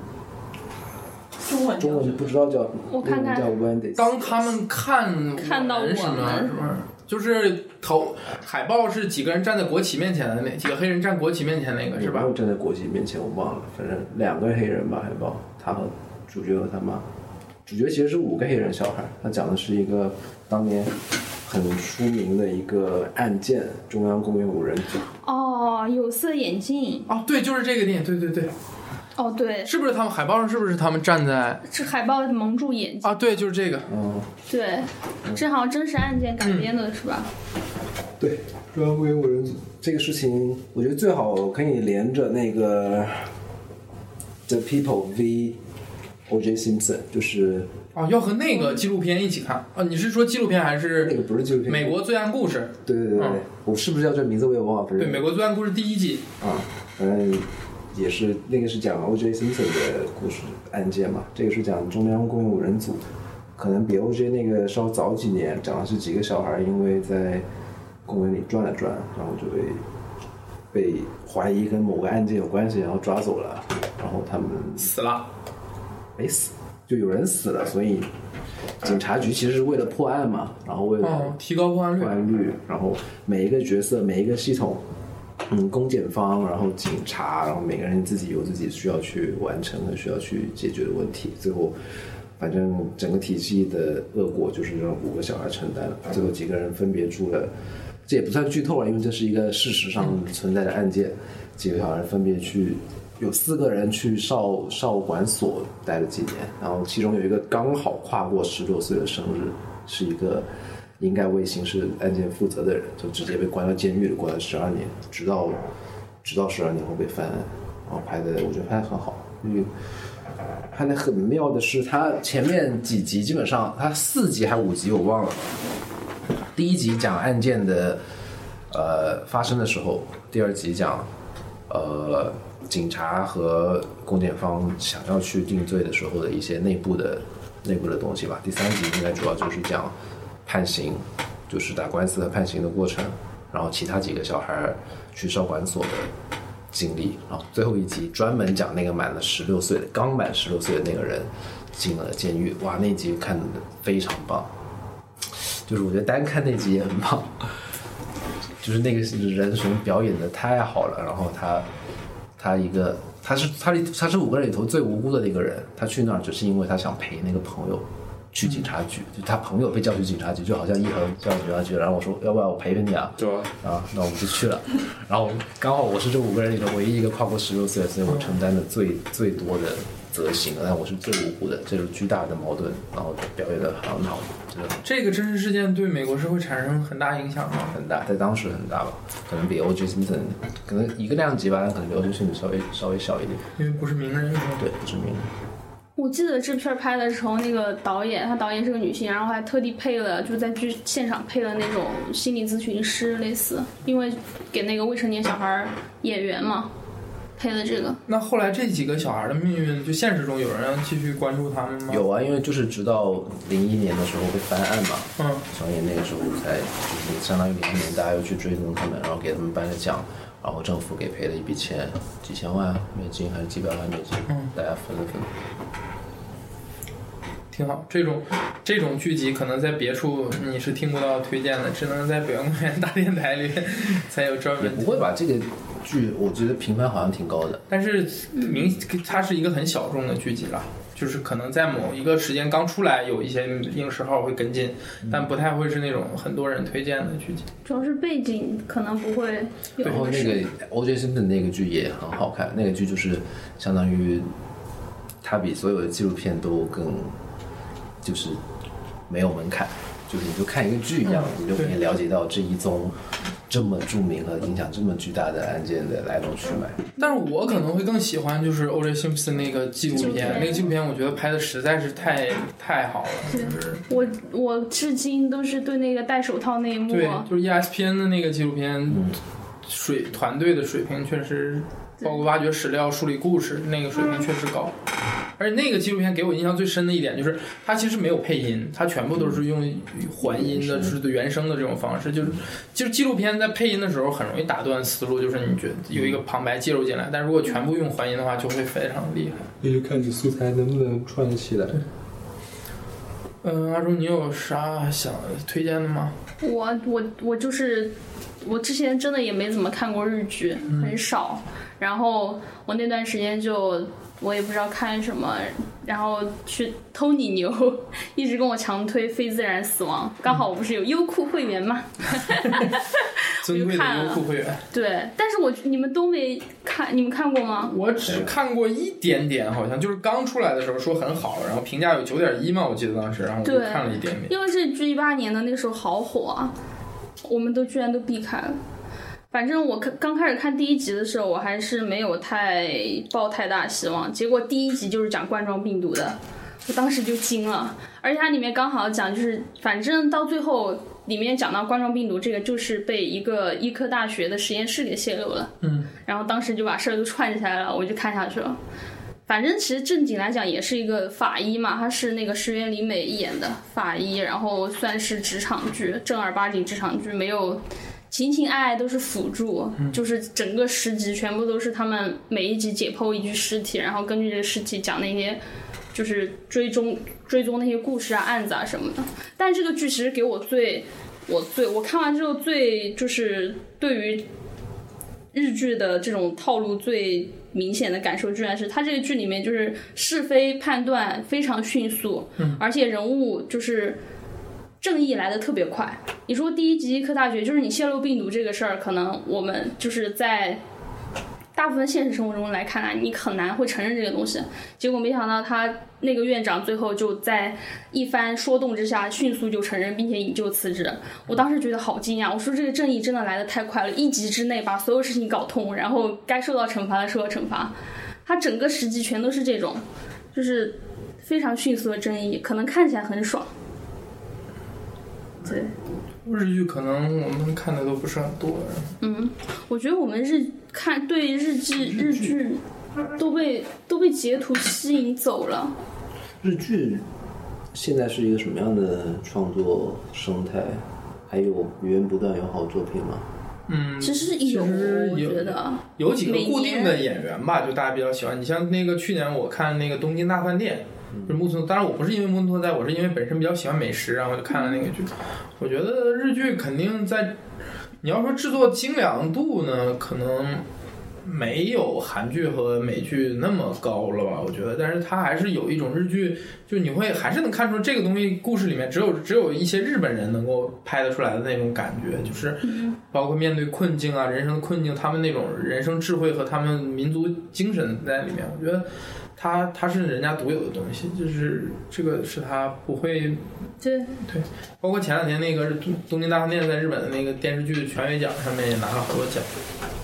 中文不知道叫， 我看看叫 When They See Us。 当他们看到我们什么是吧？就是海报是几个人站在国旗面前的那几个黑人站国旗面前那个是吧？ 没有站在国旗面前，我忘了，反正2个黑人吧，海报，他和主角和他妈。主角其实是5个黑人小孩，他讲的是一个当年很出名的一个案件——中央公园5人组。 哦，有色眼镜。 哦，对，就是这个电影，对对对。 哦，对， 是不是他们海报上是不是他们站在？ 这海报蒙住眼睛啊，对，就是这个。 对，这好像真实案件改编的是吧？ 对，中央公园5人组这个事情，我觉得最好可以连着那个 The People v. O.J. Simpson， 就是要和那个纪录片一起看啊？你是说纪录片还是那个不是纪录片？ 美国罪案故事。 对对对对，我是不是叫这名字我也忘了。 对，美国罪案故事第1季啊，反正也是那个是讲 O.J. Simpson 的故事案件嘛，这个是讲中央公园5人组，可能比 O.J. 那个稍早几年，讲的是几个小孩因为在公园里转了转，然后就被怀疑跟某个案件有关系，然后抓走了，然后他们死了。 没死，就有人死了，所以警察局其实是为了破案嘛，然后为了提高破案率，然后每一个角色、每一个系统，公检方，然后警察，然后每个人自己有自己需要去完成和需要去解决的问题，最后反正整个体系的恶果就是让5个小孩承担了，最后几个人分别住了，这也不算剧透了，因为这是一个事实上存在的案件，几个小孩分别去。有4个人去少管所待了几年，然后其中有一个刚好跨过16岁的生日，是一个应该为刑事案件负责的人，就直接被关到监狱里，关了12年，直到12年后被翻案。然后我觉得拍得很好，因为拍得很妙的是，他前面几集基本上他4集还5集我忘了，第1集讲案件的发生的时候，第2集讲警察和公检方想要去定罪的时候的一些内部的东西吧。第3集应该主要就是讲判刑，就是打官司和判刑的过程，然后其他几个小孩去少管所的经历，然后最后1集专门讲那个刚满16岁的那个人进了监狱。哇，那集看得非常棒，就是我觉得单看那集也很棒，就是那个人熊表演的太好了，然后他是5个人里头最无辜的那个人，他去那儿只是因为他想陪那个朋友去警察局，就他朋友被叫去警察局，就好像一恒叫去警察局，然后我说要不然我陪陪你啊， 对啊，那我们就去了，然后刚好我是这5个人里头唯一一个跨过16岁，所以我承担的最多的责刑，但我是最无辜的，这种巨大的矛盾，然后表演的很好，真的。 这个真实事件对美国社会产生很大影响吗？ 很大，在当时很大吧，可能比 O.J. Simpson 可能一个量级吧，可能比 O.J. Simpson 稍微小一点， 因为不是名人。 对，不是名人。 我记得这片拍的时候，那个导演是个女性，然后还特地配了，就在剧现场配了那种心理咨询师类似，因为给那个未成年小孩演员嘛。配了这个。 那后来这几个小孩的命运，就现实中有人继续关注他们吗？ 有啊，因为就是直到01年的时候被翻案嘛，所以那个时候才就是相当于01年大家又去追踪他们，然后给他们颁了奖，然后政府给赔了一笔钱，几千万美金还是几百万美金，大家分了分。 挺好，这种剧集可能在别处你是听不到推荐的，只能在北洋公园大电台里才有专门。 也不会吧，这个剧我觉得评分好像挺高的， 但是它是一个很小众的剧集了，就是可能在某一个时间刚出来，有一些映时号会跟进，但不太会是那种很多人推荐的剧集。 主要是背景可能不会有。 然后那个 O.J. Simpson 那个剧也很好看，那个剧就是相当于它比所有的纪录片都更。就是没有门槛，就是你就看一个剧一样，你就可以了解到这一宗这么著名和影响这么巨大的案件的来龙去脉。 但是我可能会更喜欢就是 O.J. Simpson 那个纪录片，那个纪录片我觉得拍的实在是太好了。就是我至今都是对那个戴手套那一幕， 对，就是 ESPN 的那个纪录片，团队的水平确实包括挖掘史料、梳理故事，那个水平确实高。而且那个纪录片给我印象最深的一点就是，它其实没有配音，它全部都是用还音的，就是原声的这种方式。就是纪录片在配音的时候很容易打断思路，就是你觉得有一个旁白介入进来，但如果全部用还音的话，就会非常厉害。 那就看你素材能不能串得起来。 阿忠，你有啥想推荐的吗？ 我就是我之前真的也没怎么看过日剧，很少。然后我那段时间就我也不知道看什么，然后去偷你牛，一直跟我强推《非自然死亡》，刚好我不是有优酷会员嘛， 尊贵的优酷会员。 对，但是你们都没看，你们看过吗？ 我只看过一点点，好像就是刚出来的时候说很好，然后评价有9.1嘛，我记得当时，然后我就看了一点点。 因为这剧18年的那个时候好火啊，我们居然都避开了。反正我刚开始看第1集的时候，我还是没有抱太大希望。结果第1集就是讲冠状病毒的，我当时就惊了。而且它里面刚好讲，就是反正到最后里面讲到冠状病毒这个，就是被一个医科大学的实验室给泄露了。然后当时就把事儿都串起来了，我就看下去了。反正其实正经来讲也是一个法医嘛，他是那个石原里美演的法医，然后算是职场剧，正儿八经职场剧，没有情情爱爱都是辅助，就是整个10集全部都是他们每一集解剖一具尸体，然后根据这个尸体讲那些就是追踪那些故事啊、案子啊什么的。但这个剧其实给我看完之后最就是对于日剧的这种套路最明显的感受，居然是它这个剧里面就是是非判断非常迅速，而且人物就是正义来的特别快。你说第1集医科大学就是你泄露病毒这个事儿，可能我们就是在大部分现实生活中来看来，你很难会承认这个东西。结果没想到他那个院长最后就在一番说动之下，迅速就承认并且引咎辞职。我当时觉得好惊讶，我说这个正义真的来得太快了，1集之内把所有事情搞通，然后该受到惩罚的受到惩罚。他整个10集全都是这种，就是非常迅速的正义，可能看起来很爽。对， 日剧可能我们看的都不是很多。 我觉得我们对日剧都被截图吸引走了。 日剧现在是一个什么样的创作生态？还有源源不断有好作品吗？ 其实我觉得有几个固定的演员吧，就大家比较喜欢。你像那个去年我看那个《东京大饭店》。就是木村，当然我不是因为木村在，我是因为本身比较喜欢美食，然后就看了那个剧。我觉得日剧肯定在，你要说制作精良度呢，可能没有韩剧和美剧那么高了吧，我觉得。但是它还是有一种日剧，就你会还是能看出这个东西故事里面只有一些日本人能够拍得出来的那种感觉，就是包括面对困境啊、人生的困境，他们那种人生智慧和他们民族精神在里面，我觉得。它是人家独有的东西，就是这个是它不会对， 包括前2天那个东京大饭店在日本的那个电视剧的全月奖上面也拿了好多奖。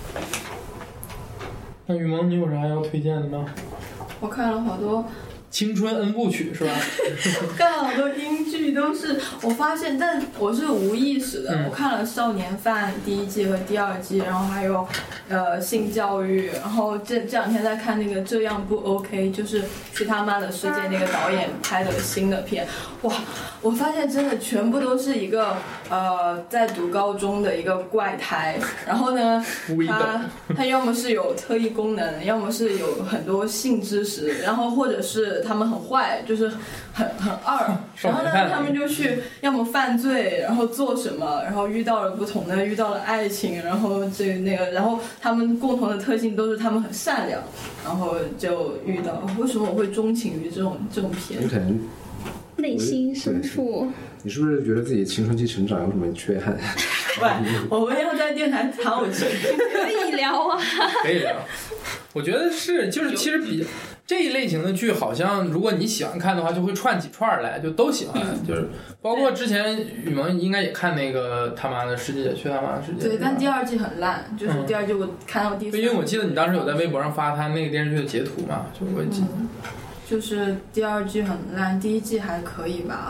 那雨萌，你有啥要推荐的吗？ 我看了好多青春 N 部曲是吧？ 看了好多英剧都是，我发现，但我是无意识的。我看了《少年犯》第1季和第2季，然后还有性教育，然后这2天在看那个这样不 OK， 就是去他妈的世界那个导演拍的新的片。哇，我发现真的全部都是一个在读高中的一个怪胎，然后呢他要么是有特异功能，要么是有很多性知识，然后或者是他们很坏，就是很二，然后呢他们就去要么犯罪，然后做什么，然后遇到了爱情，然后然后他们共同的特性都是他们很善良，然后就遇到为什么我会钟情于这种片？ 你可能内心深处， 你是不是觉得自己青春期成长有什么缺憾？ 喂，我们要在电台谈我青春可以聊啊， 可以聊。我觉得是，就是其实比这一类型的剧，好像如果你喜欢看的话，就会串几串来，就都喜欢。就是包括之前雨萌应该也看那个他妈的世界，去他妈的世界。 对，但第2季很烂，就是第2季我看到第4季。 因为我记得你当时有在微博上发他那个电视剧的截图嘛，就我记得。 就是第2季很烂，第1季还可以吧。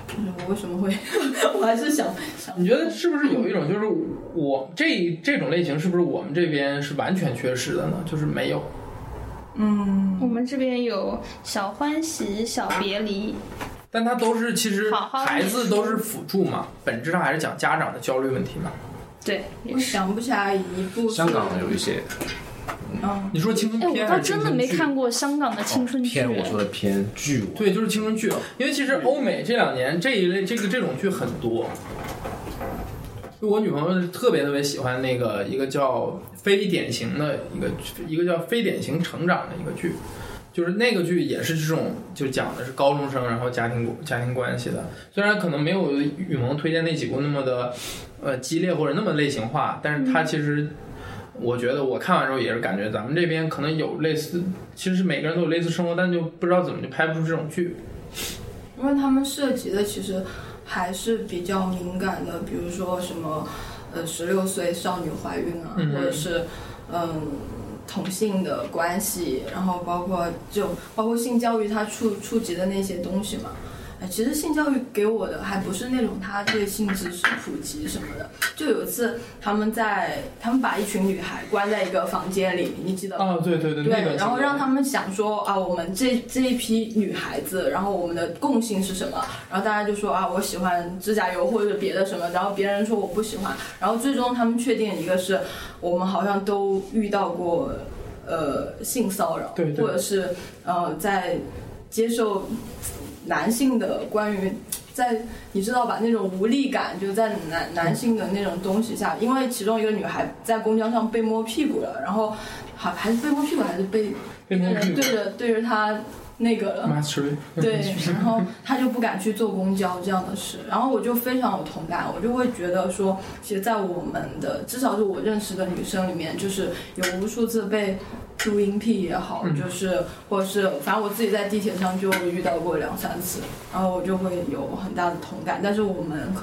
我为什么会，我还是想， 你觉得是不是有一种就是我这种类型是不是我们这边是完全缺失的呢？就是没有。 我们这边有小欢喜、小别离， 但它都是其实好好孩子都是辅助嘛，本质上还是讲家长的焦虑问题嘛。 对， 我想不起来一部香港有一些你说青春我倒片还是青真的春剧？ 没看过香港的青春剧。 片，我说的片剧， 对，就是青春剧，因为其实欧美这2年这一类这种剧很多。就我女朋友是特别喜欢那个一个叫非典型的一个叫非典型成长的一个剧，就是那个剧也是这种，就讲的是高中生然后家庭关系的。虽然可能没有雨萌推荐那几部那么的激烈或者那么类型化，但是它其实我觉得我看完之后也是感觉咱们这边可能有类似，其实每个人都有类似生活，但就不知道怎么就拍不出这种剧。 因为他们涉及的其实还是比较敏感的，比如说什么16岁少女怀孕啊，或者是同性的关系，然后包括性教育它触及的那些东西嘛。其实性教育给我的还不是那种他对性知识普及什么的。就有一次他们把一群女孩关在一个房间里，你记得吗？ 哦，对，那个。 然后让他们想说啊，我们这一批女孩子，然后我们的共性是什么？然后大家就说啊，我喜欢指甲油或者别的什么，然后别人说我不喜欢，然后最终他们确定一个是我们好像都遇到过性骚扰， 对， 或者是在接受男性的关于在你知道吧那种无力感，就在男性的那种东西下，因为其中一个女孩在公交上被摸屁股了，然后还是被摸屁股还是被对着她那个了，对，然后他就不敢去坐公交这样的事，然后我就非常有同感，我就会觉得说，其实，在我们的至少是我认识的女生里面，就是有无数次被录音癖也好，就是或者是反正我自己在地铁上就遇到过2-3次，然后我就会有很大的同感，但是我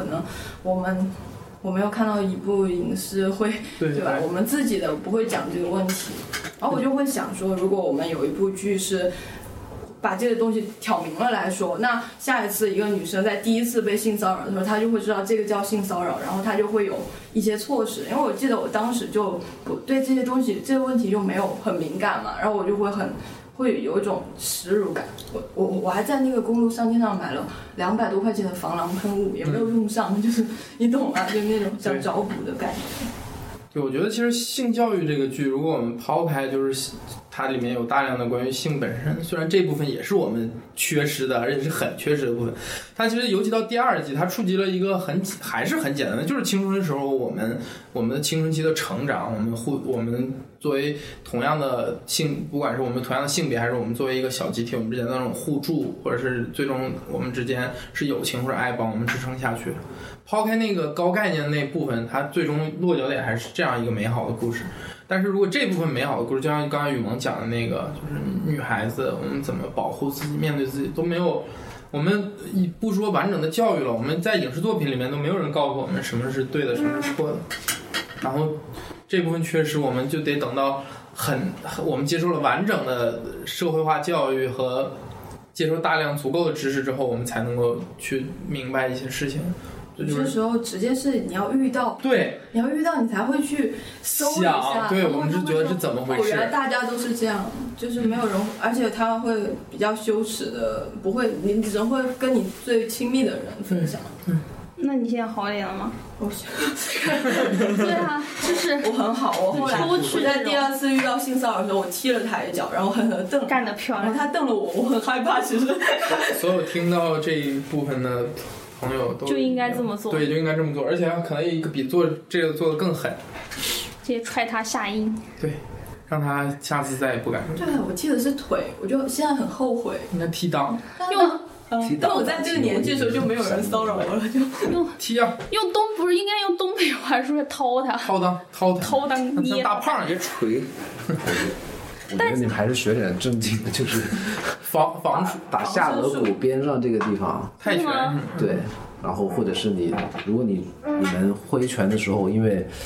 没有看到一部影视会，对吧？我们自己的不会讲这个问题，然后我就会想说，如果我们有一部剧是把这个东西挑明了来说，那下一次一个女生在第一次被性骚扰的时候，她就会知道这个叫性骚扰，然后她就会有一些措施。因为我记得我当时就对这些东西这个问题就没有很敏感嘛，然后我就会有一种耻辱感。我还在那个公路商店上买了200多块钱的防狼喷雾，也没有用上，就是你懂吗？就那种想找补的感觉。 对，我觉得其实性教育这个剧，如果我们抛开就是它里面有大量的关于性本身，虽然这部分也是我们缺失的，而且是很缺失的部分，它其实尤其到第2季，它触及了一个还是很简单的，就是青春时候我们的青春期的成长，我们作为同样的性，不管是我们同样的性别，还是我们作为一个小集体，我们之间的那种互助，或者是最终我们之间是友情或者爱帮我们支撑下去。抛开那个高概念的那部分，它最终落脚点还是这样一个美好的故事。但是如果这部分美好的故事，就像刚才雨萌讲的那个，就是女孩子我们怎么保护自己、面对自己都没有，我们不说完整的教育了，我们在影视作品里面都没有人告诉我们什么是对的，什么是错的。然后这部分缺失，我们就得等到我们接受了完整的社会化教育和接受大量足够的知识之后，我们才能够去明白一些事情。 有些时候直接是你要遇到， 对， 你要遇到你才会去搜一下， 对，我们是觉得是怎么回事？ 原来大家都是这样，就是没有人，而且他会比较羞耻的，不会，你只会跟你最亲密的人分享。 那你现在好一点了吗？ 我想， 对啊，就是我很好。我后来我在第2次遇到性骚扰的时候，我踢了他一脚，然后狠狠瞪， 干得漂亮。 然后他瞪了我，我很害怕。其实， 所有听到这一部分的朋友都就应该这么做， 对，就应该这么做，而且可能一个比这个做的更狠， 直接踹他下阴， 对，让他下次再也不敢。 对，我踢的是腿，我就现在很后悔。 应该踢裆， 但我在这个年纪的时候就没有人骚扰我了，就用踢啊， 不是应该用东北话说掏他， 掏裆捏大胖直接捶。 我觉得你们还是学点正经的，就是防打下颌骨边上这个地方泰拳， 对，然后或者是如果你们挥拳的时候，因为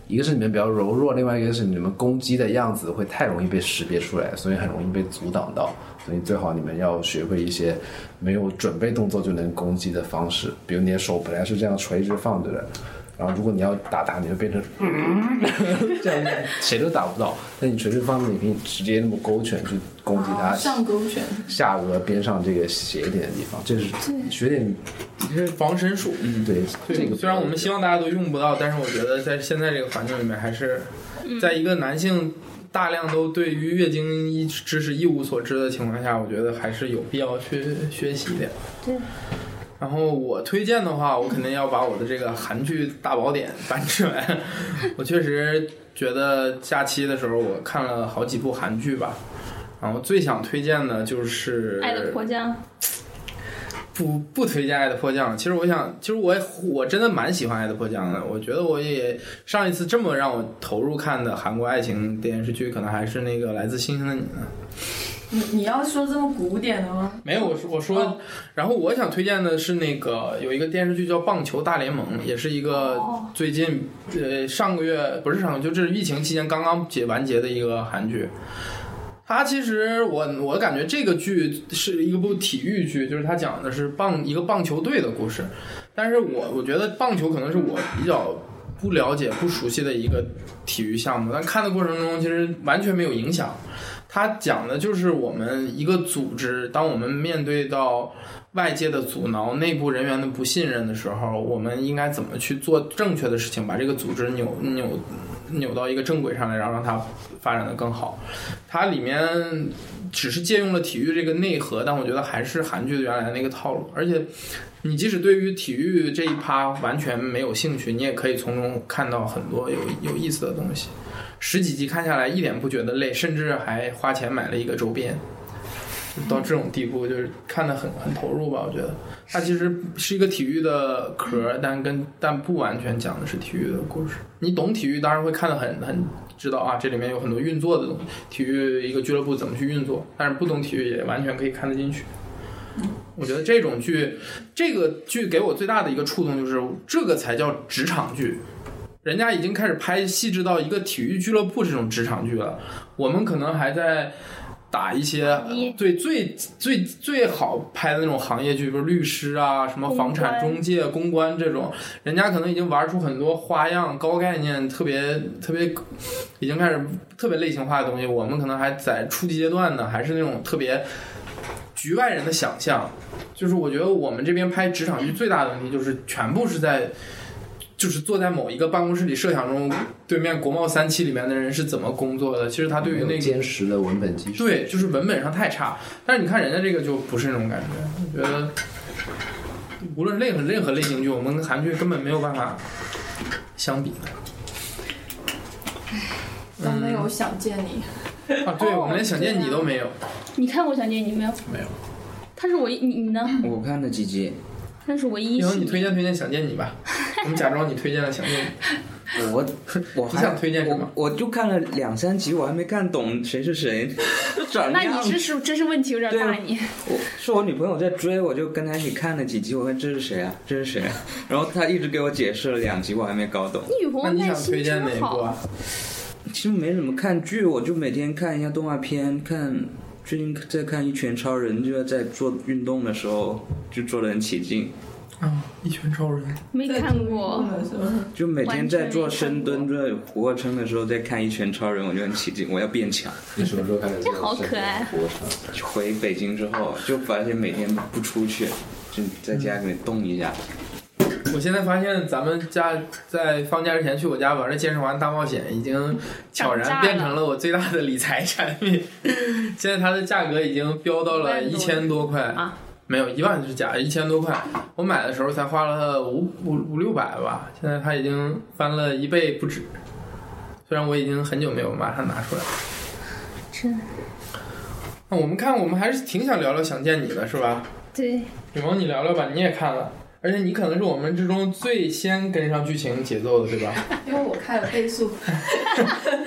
一个是你们比较柔弱，另外一个是你们攻击的样子会太容易被识别出来，所以很容易被阻挡到。所以最好你们要学会一些没有准备动作就能攻击的方式，比如你的手本来是这样垂直放着的，然后如果你要打他，你就变成这样，谁都打不到。那你垂直放着，你可以直接那么勾拳去攻击他上勾拳下颚边上这个斜一点的地方，这是学点防身术。 对，这个虽然我们希望大家都用不到，但是我觉得在现在这个环境里面，还是在一个男性大量都对于月经知识一无所知的情况下，我觉得还是有必要去学习的。 对。 然后我推荐的话，我肯定要把我的这个韩剧大宝典搬出来。我确实觉得假期的时候我看了好几部韩剧吧，然后最想推荐的就是《 爱的迫降》。 不推荐《爱的迫降》。其实我真的蛮喜欢《爱的迫降》的。我觉得我也上一次这么让我投入看的韩国爱情电视剧，可能还是那个《来自星星的你》呢。 你要说这么古典的吗？ 没有，我说，然后我想推荐的是那个有一个电视剧叫《棒球大联盟》，也是一个最近上个月不是上个月，就这是疫情期间刚刚完结的一个韩剧。它其实我感觉这个剧是一部体育剧，就是它讲的是一个棒球队的故事。但是我觉得棒球可能是我比较不了解、不熟悉的一个体育项目，但看的过程中其实完全没有影响。它讲的就是我们一个组织，当我们面对到外界的阻挠、内部人员的不信任的时候，我们应该怎么去做正确的事情，把这个组织扭到一个正轨上来，然后让它发展的更好。它里面只是借用了体育这个内核，但我觉得还是韩剧的原来那个套路。而且你即使对于体育这一趴完全没有兴趣，你也可以从中看到很多有意思的东西。10几集看下来一点不觉得累，甚至还花钱买了一个周边，到这种地步就是看得很投入吧。我觉得它其实是一个体育的壳，但不完全讲的是体育的故事。你懂体育当然会看得很知道啊，这里面有很多运作的东西，体育一个俱乐部怎么去运作，但是不懂体育也完全可以看得进去。我觉得这个剧给我最大的一个触动就是这个才叫职场剧。人家已经开始拍细致到一个体育俱乐部这种职场剧了，我们可能还在打一些最好拍的那种行业剧，比如律师啊、什么房产中介、公关这种，人家可能已经玩出很多花样、高概念、特别已经开始特别类型化的东西。我们可能还在初级阶段呢，还是那种特别局外人的想象。就是我觉得我们这边拍职场剧最大的问题就是全部就是坐在某一个办公室里，设想中对面国贸3期里面的人是怎么工作的。其实他对于那个坚实的文本基础， 对，就是文本上太差。但是你看人家这个就不是那种感觉。我觉得无论是任何类型剧，我们跟韩剧根本没有办法相比的。 都没有想见你啊！对，我们连想见你都没有。 你看过想见你没有？ 没有。 他是唯一，你呢？ 我看了几集。 那是唯一。 然后你推荐想见你吧，我们假装你推荐了想见你。 我还想推荐什么？ 我就看了2、3集，我还没看懂谁是谁。 那你这是问题有点大，你。 是我女朋友在追，我就跟她一起看了几集。我问这是谁啊？这是谁啊？然后她一直给我解释了2集，我还没搞懂。 你女朋友耐心真好。 那你想推荐哪一部啊？ 其实没怎么看剧，我就每天看一下动画片，最近在看《一拳超人》，就在做运动的时候就做得很起劲。 一拳超人没看过， 就每天在做深蹲、做俯卧撑的时候在看《一拳超人》，我就很起劲，我要变强。 你什么时候开始做？ 这好可爱。 回北京之后就发现每天不出去，就在家里面动一下。 我现在发现咱们家在放假之前去我家玩的健身环大冒险已经悄然变成了我最大的理财产品。现在它的价格已经飙到了1000多块啊，没有1万是假的，1000多块。我买的时候才花了500-600吧，现在它已经翻了1倍不止。虽然我已经很久没有把它拿出来。 是。 那我们还是挺想聊聊想见你的，是吧？ 对。 雨萌，你聊聊吧，你也看了。而且你可能是我们之中最先跟上剧情节奏的，对吧？ 因为我开了倍速。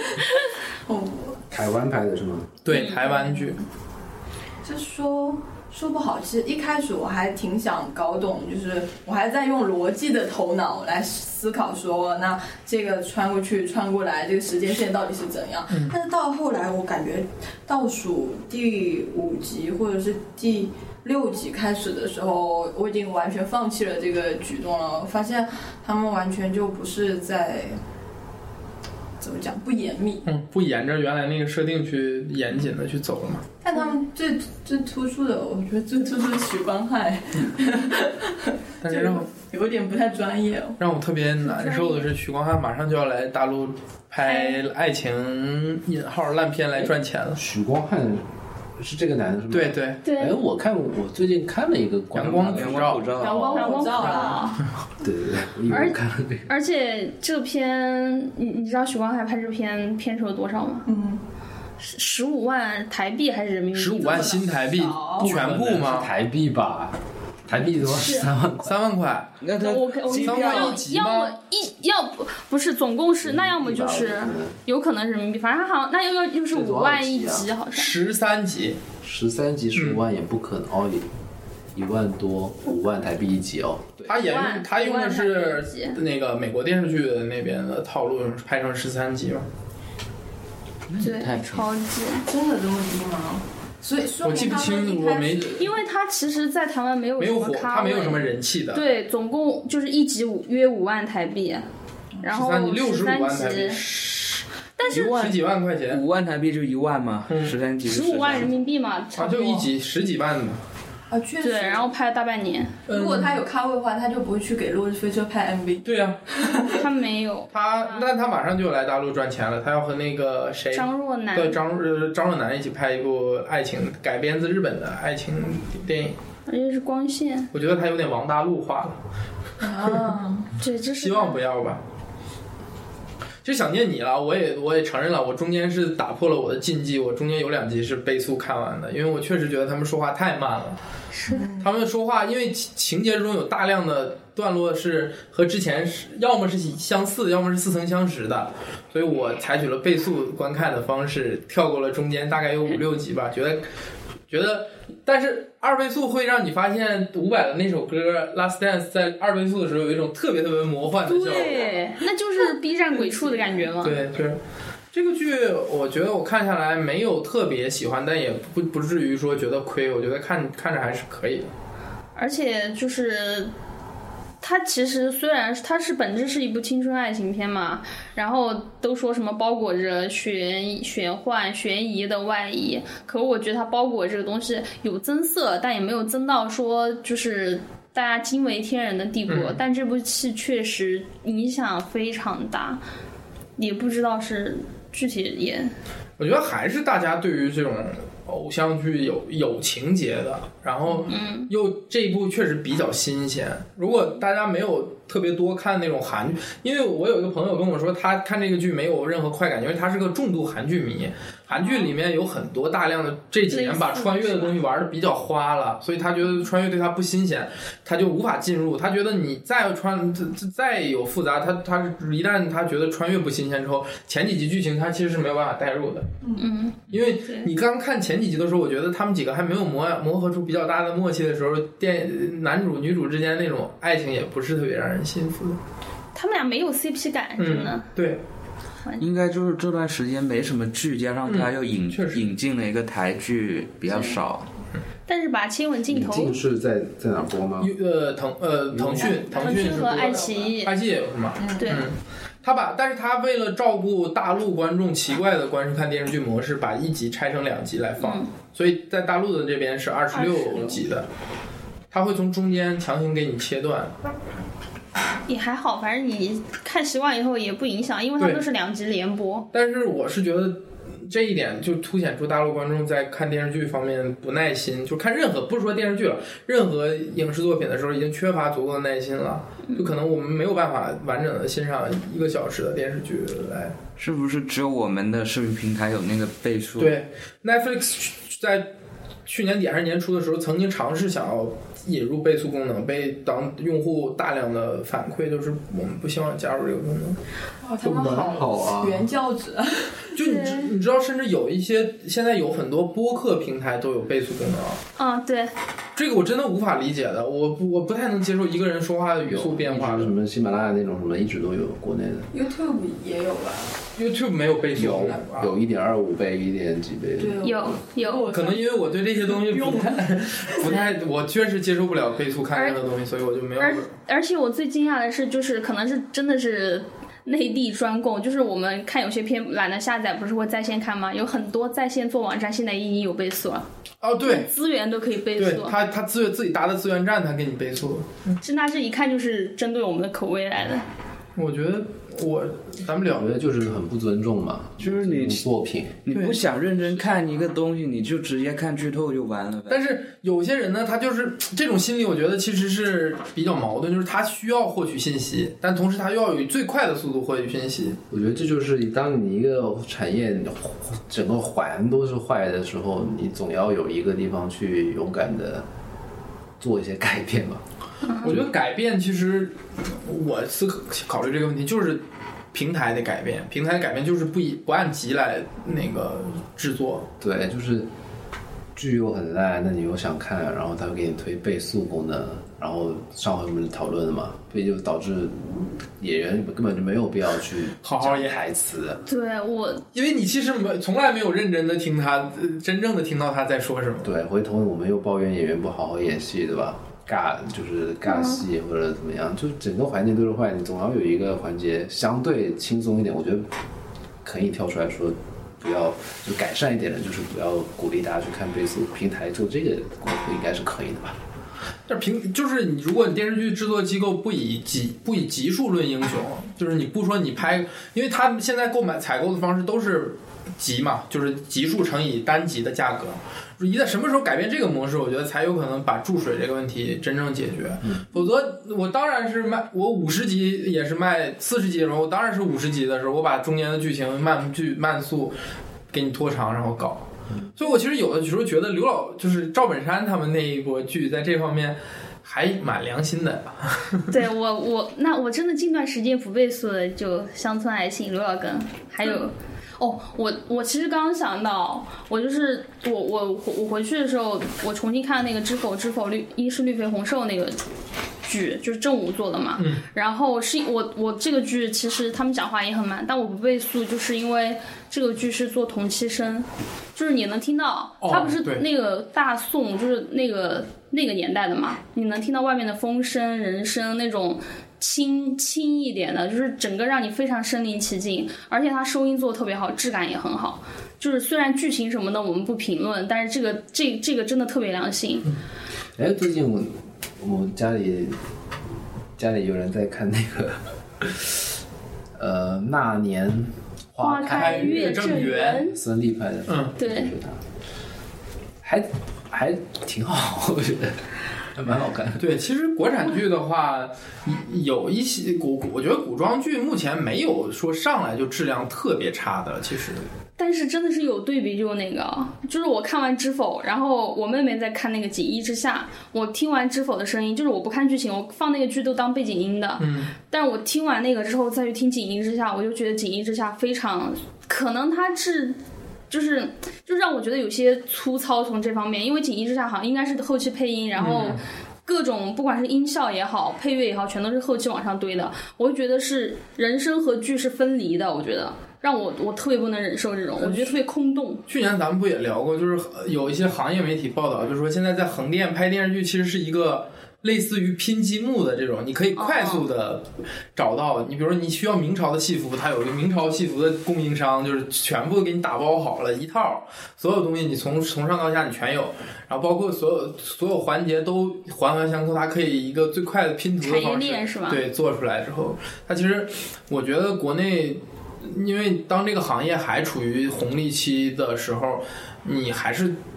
台湾拍的是吗？ 对，台湾剧。 就说说不好，其实一开始我还挺想搞懂，就是我还在用逻辑的头脑来思考说，那这个穿过去穿过来这个时间线到底是怎样。但是到后来我感觉倒数第5集或者是第6集开始的时候，我已经完全放弃了这个举动了。我发现他们完全就不是在怎么讲，不严密， 不沿着原来那个设定去严谨的去走了嘛。 但他们最突出的，我觉得最突出的许光汉， 但是让我有点不太专业哦。 让我特别难受的是，许光汉马上就要来大陆拍爱情引号烂片来赚钱了。 许光汉是这个男的是吗？ 对对对。 哎，我最近看了一个阳光普照， 阳光普照啊！ 对对对，我以为我看了这个。 而且这片，你知道许光汉拍这片片酬多少吗？15万台币还是人民币 ？15万新台币全部吗？ 是台币吧？台币多3万块。 3万块？ 那他 3万1集吗？ 不是，总共是那要么就是有可能是人民币，反正好像那又是5万1集，好像 13集 ，13集15万也不可能哦，1万多5万台币1集哦。 他用的是那个美国电视剧的那边的套路，拍成13集嘛。 对，超级真的这么低吗？所以我记不清，我没， 因为他其实在台湾没有什么火，他没有什么人气的。 对，总共就是1集约5万台币，然后 65万台币， 但是 10几万块钱 ，5万台币就1万嘛，13集 15万人民币嘛， 就1集10几万的嘛。 啊，确实。 对，然后拍了大半年。 如果他有咖位的话，他就不会去给落日飞车拍 MV。 对呀， 他没有。 但他马上就来大陆赚钱了，他要和那个谁张若楠， 对张若楠一起拍一部爱情改编自日本的爱情电影， 而且是光线。 我觉得他有点王大陆化了。 啊， 对，这是希望不要吧。就想念你了，我也承认了，我中间是打破了我的禁忌，我中间有2集是倍速看完的，因为我确实觉得他们说话太慢了。 是他们说话，因为情节中有大量的段落是和之前要么是相似，要么是似曾相识的，所以我采取了倍速观看的方式，跳过了中间大概有5、6集吧，觉得，但是2倍速会让你发现伍佰的那首歌《Last Dance》在2倍速的时候有一种特别魔幻的效果。 对，那就是 B 站鬼畜的感觉嘛。 对，就是这个剧，我觉得我看下来没有特别喜欢，但也不至于说觉得亏，我觉得看着还是可以的。 而且就是它其实虽然它是本质是一部青春爱情片嘛，然后都说什么包裹着玄幻悬疑的外衣，可我觉得它包裹这个东西有增色，但也没有增到说就是大家惊为天人的地步。但这部戏确实影响非常大，也不知道是具体也， 我觉得还是大家对于这种偶像剧有情节的，然后又这一部确实比较新鲜。如果大家没有特别多看那种韩剧，因为我有一个朋友跟我说，他看这个剧没有任何快感，因为他是个重度韩剧迷。韩剧里面有很多大量的这几年把穿越的东西玩的比较花了，所以他觉得穿越对他不新鲜，他就无法进入。他觉得你再有复杂，他一旦他觉得穿越不新鲜之后，前几集剧情他其实是没有办法带入的。因为你刚看前几集的时候，我觉得他们几个还没有磨合出比较大的默契的时候，男主女主之间那种爱情也不是特别让人信服的。 他们俩没有 CP 感，真的。 对。 应该就是这段时间没什么剧，加上他又引进了一个台剧比较少。 但是把亲吻镜头引进是在哪播吗？ 腾讯和爱奇艺也有是吗？ 对。 但是他为了照顾大陆观众奇怪的观看电视剧模式，把1集拆成2集来放，所以在大陆的这边是26集的，他会从中间强行给你切断。 也还好，反正你看习惯以后也不影响，因为它都是2集连播。 但是我是觉得这一点就凸显出大陆观众在看电视剧方面不耐心，就看任何不是说电视剧了，任何影视作品的时候已经缺乏足够的耐心了，就可能我们没有办法完整的欣赏1个小时的电视剧来。是不是只有我们的视频平台有那个倍数？ 对 ，Netflix 在去年底还是年初的时候，曾经尝试想要引入倍速功能，被用户大量的反馈就是我们不希望加入这个功能。 他们好啊， 原教旨。 就你知道，甚至有一些现在有很多播客平台都有倍速功能。 对， 这个我真的无法理解的，我不太能接受一个人说话的语速变化的。 什么喜马拉雅那种什么一直都有，国内的 YouTube 也有吧 ？YouTube 没有倍速， 有1.25倍、1点几倍的。 有。 可能因为我对这些东西不太，我确实接受不了倍速看任何东西，所以我就没有。 而且我最惊讶的是，就是可能是真的是内地专供，就是我们看有些片懒得下载，不是会在线看吗？有很多在线做网站现在已经有倍速了。 对， 资源都可以倍速。 对，他自己搭的资源站，他给你倍速。 那这一看就是针对我们的口味来的。 我觉得咱们我觉得就是很不尊重嘛， 就是你作品， 你不想认真看一个东西，你就直接看剧透就完了呗。 但是有些人呢，他就是这种心理，我觉得其实是比较矛盾，就是他需要获取信息，但同时他又要有最快的速度获取信息。 我觉得这就是当你一个产业整个环都是坏的时候，你总要有一个地方去勇敢的做一些改变吧。 我觉得改变，其实我考虑这个问题就是平台的改变，平台的改变就是不按集来那个制作。 对，就是剧又很烂，那你又想看，然后他会给你推倍速功能，然后上回我们讨论的嘛，所以就导致演员根本就没有必要去好好演台词。 对， 因为你其实从来没有认真的听他，真正的听到他在说什么。 对，回头我们又抱怨演员不好好演戏，对吧？就是尬戏或者怎么样，就整个环节都是坏，你总要有一个环节相对轻松一点。我觉得可以跳出来说，不要就改善一点的，就是不要鼓励大家去看倍速。平台做这个功夫应该是可以的吧？ 但就是你，如果你电视剧制作机构不以集数论英雄，就是你不说你拍，因为他们现在采购的方式都是集嘛，就是集数乘以单集的价格。一旦什么时候改变这个模式，我觉得才有可能把注水这个问题真正解决。否则我当然是我50集也是卖40集的时候，我当然是50集的时候，我把中间的剧情慢速给你拖长，然后搞。所以我其实有的时候觉得就是赵本山他们那一波剧在这方面还蛮良心的。 对，我真的近段时间不倍速的就《乡村爱情》、刘老根，还有。我其实刚刚想到，我就是我回去的时候，我重新看那个《知否应是绿肥红瘦》那个剧，就是正午做的嘛。然后是我这个剧其实他们讲话也很慢，但我不倍速，就是因为这个剧是做同期声，就是你能听到，它不是那个大宋，就是那个年代的嘛，你能听到外面的风声、人声那种。轻一点的，就是整个让你非常身临其境，而且它收音做得特别好，质感也很好。就是虽然剧情什么的我们不评论，但是这个真的特别良心。 最近我家里有人在看那个那年花开月正圆， 孙俪拍的， 对， 还挺好，我觉得。还蛮好看的。 对，其实国产剧的话，有一些我觉得古装剧目前没有说上来就质量特别差的，其实。 但是真的是有对比，就是我看完《知否》，然后我妹妹在看那个《锦衣之下》，我听完《知否》的声音，就是我不看剧情，我放那个剧都当背景音的。但是我听完那个之后再去听《锦衣之下》，我就觉得《锦衣之下》非常，可能它是。就让我觉得有些粗糙从这方面，因为《锦衣之下》好像应该是后期配音，然后各种不管是音效也好、配乐也好，全都是后期往上堆的。我就觉得是人声和剧是分离的，我觉得让我特别不能忍受这种，我觉得特别空洞。 去年咱们不也聊过，就是有一些行业媒体报道，就是说现在在横店拍电视剧其实是一个。类似于拼积木的这种，你可以快速的找到。你比如说，你需要明朝的戏服，它有一个明朝戏服的供应商，就是全部给你打包好了一套，所有东西你从上到下你全有，然后包括所有环节都环环相扣，它可以一个最快的拼图的方式，对，做出来之后，它其实我觉得国内，因为当这个行业还处于红利期的时候，你还是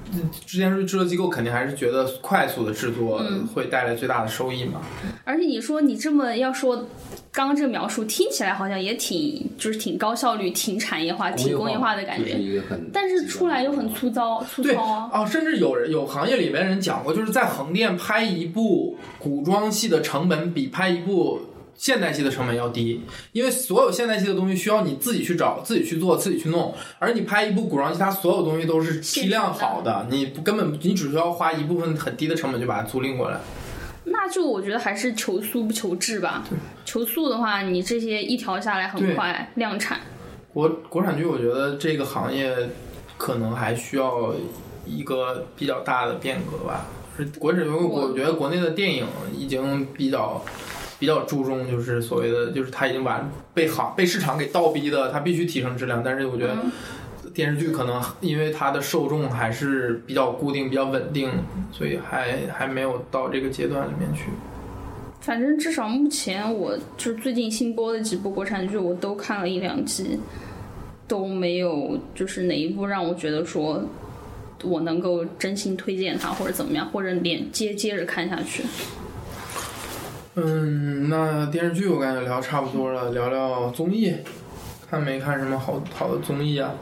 电视剧制作机构肯定还是觉得快速的制作会带来最大的收益嘛。 而且你说你这么要说，刚刚这个描述听起来好像也挺高效率、挺产业化、挺工业化的感觉，但是出来又很粗糙啊。 哦，甚至有行业里面人讲过，就是在横店拍一部古装戏的成本比拍一部现代戏的成本要低，因为所有现代戏的东西需要你自己去找、自己去做、自己去弄，而你拍一部古装戏，它所有东西都是批量好的，你只需要花一部分很低的成本就把它租赁过来。 那就我觉得还是求速不求质吧。求速的话，你这些一条下来很快量产。 国产剧，我觉得这个行业可能还需要一个比较大的变革吧。国产剧，我觉得国内的电影已经比较注重，就是所谓的，就是它已经把被市场给倒逼的，它必须提升质量。但是我觉得电视剧可能因为它的受众还是比较固定、比较稳定，所以还没有到这个阶段里面去。 反正至少目前我就是最近新播的几部国产剧，我都看了1-2集，都没有就是哪一部让我觉得说我能够真心推荐它或者怎么样，或者接着看下去。 那电视剧我感觉聊差不多了，聊聊综艺，看没看什么好的综艺啊？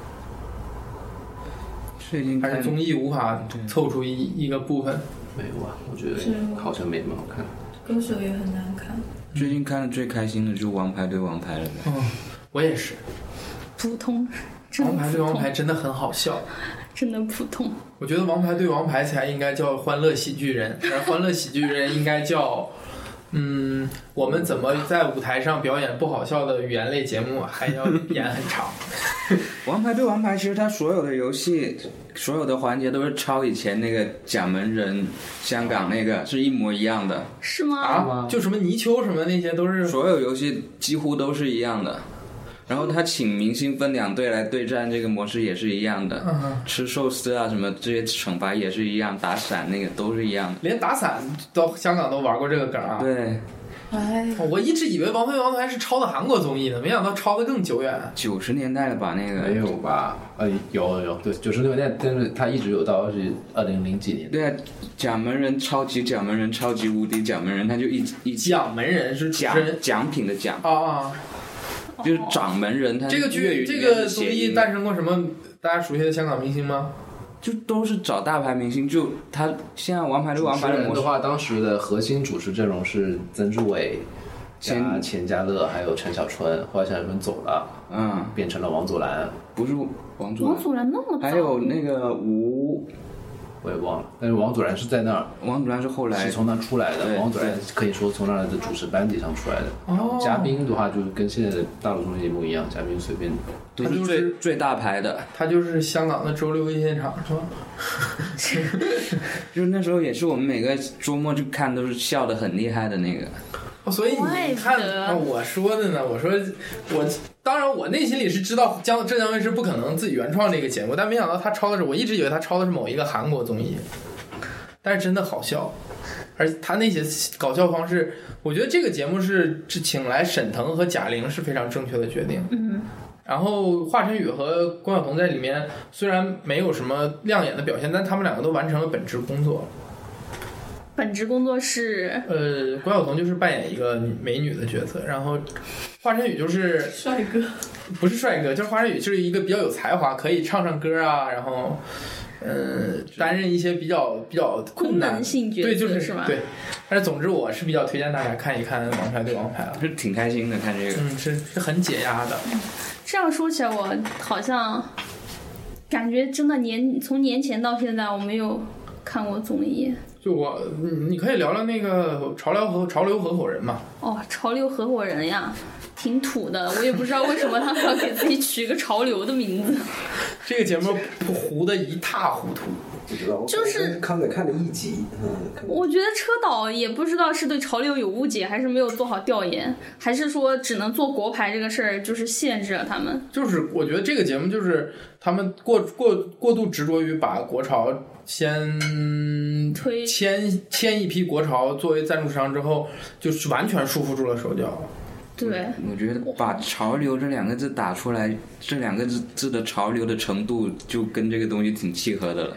还是综艺无法凑出一个部分？ 没有啊，我觉得好像没什么好看的。 歌手也很难看。 最近看的最开心的就是《王牌对王牌》了。 我也是。 普通。 王牌对王牌真的很好笑。 真的普通。 我觉得王牌对王牌才应该叫欢乐喜剧人，而欢乐喜剧人应该叫我们怎么在舞台上表演不好笑的语言类节目还要演很长。 王牌对王牌其实它所有的游戏所有的环节都是抄以前那个蒋门人香港那个是一模一样的。 是吗？ 就什么泥鳅什么那些都是， 所有游戏几乎都是一样的。然后他请明星分2队来对战，这个模式也是一样的。吃寿司啊什么这些惩罚也是一样，打伞那个都是一样的。 连打伞到香港都玩过这个梗啊？ 对。 我一直以为《王牌对王牌》是抄的韩国综艺呢，没想到抄的更久远。 90年代了吧？那个没有吧？有，对，90年代，但是他一直有到是2000几年。 对啊，蒋门人超级蒋门人超级无敌蒋门人，他就一蒋门人是奖品的奖啊。 就是掌门人，他这个剧这个综艺诞生过什么大家熟悉的香港明星吗？ 就都是找大牌明星，就他现在王牌对王牌的模式的话，当时的核心主持阵容是曾志伟、钱嘉乐还有陈小春，后来陈小春走了，变成了王祖蓝， 不是王祖蓝那么早， 还有那个我也忘了，但是王祖蓝是在那儿， 王祖蓝是后来是从那出来的，王祖蓝可以说从那儿的主持班底上出来的。然后嘉宾的话，就是跟现在的大陆综艺节目一样，嘉宾随便都是最大牌的， 他就是香港的周六夜现场是吧？ 就是那时候也是我们每个周末去看都是笑得很厉害的那个。 所以你看我说的呢，我当然我内心里是知道浙江卫视不可能自己原创这个节目，但没想到他抄的是，我一直以为他抄的是某一个韩国综艺，但是真的好笑，而且他那些搞笑方式，我觉得这个节目是请来沈腾和贾玲是非常正确的决定。然后华晨宇和关晓彤在里面虽然没有什么亮眼的表现，但他们2个都完成了本职工作。 本职工作是关晓彤就是扮演一个美女的角色，然后华晨宇就是帅哥， 不是帅哥，就是华晨宇就是一个比较有才华，可以唱歌啊，然后担任一些比较困难功能性角色， 对，就是吗？ 对。但是总之我是比较推荐大家看一看《王牌对王牌》了， 是挺开心的看这个， 是很解压的。 这样说起来，我好像感觉真的从年前到现在我没有看过综艺。 就你可以聊聊那个潮流合伙人嘛。 潮流合伙人呀，挺土的，我也不知道为什么他们要给自己取一个潮流的名字。 这个节目糊得一塌糊涂。 不知道， 就是看了1集。 我觉得车导也不知道是对潮流有误解，还是没有做好调研，还是说只能做国牌这个事儿，就是限制了他们。 就是我觉得这个节目就是他们过度执着于把国潮先签一批国潮作为赞助商之后，就是完全束缚住了手脚。 对， 我觉得把潮流这两个字打出来，这两个字的潮流的程度就跟这个东西挺契合的了。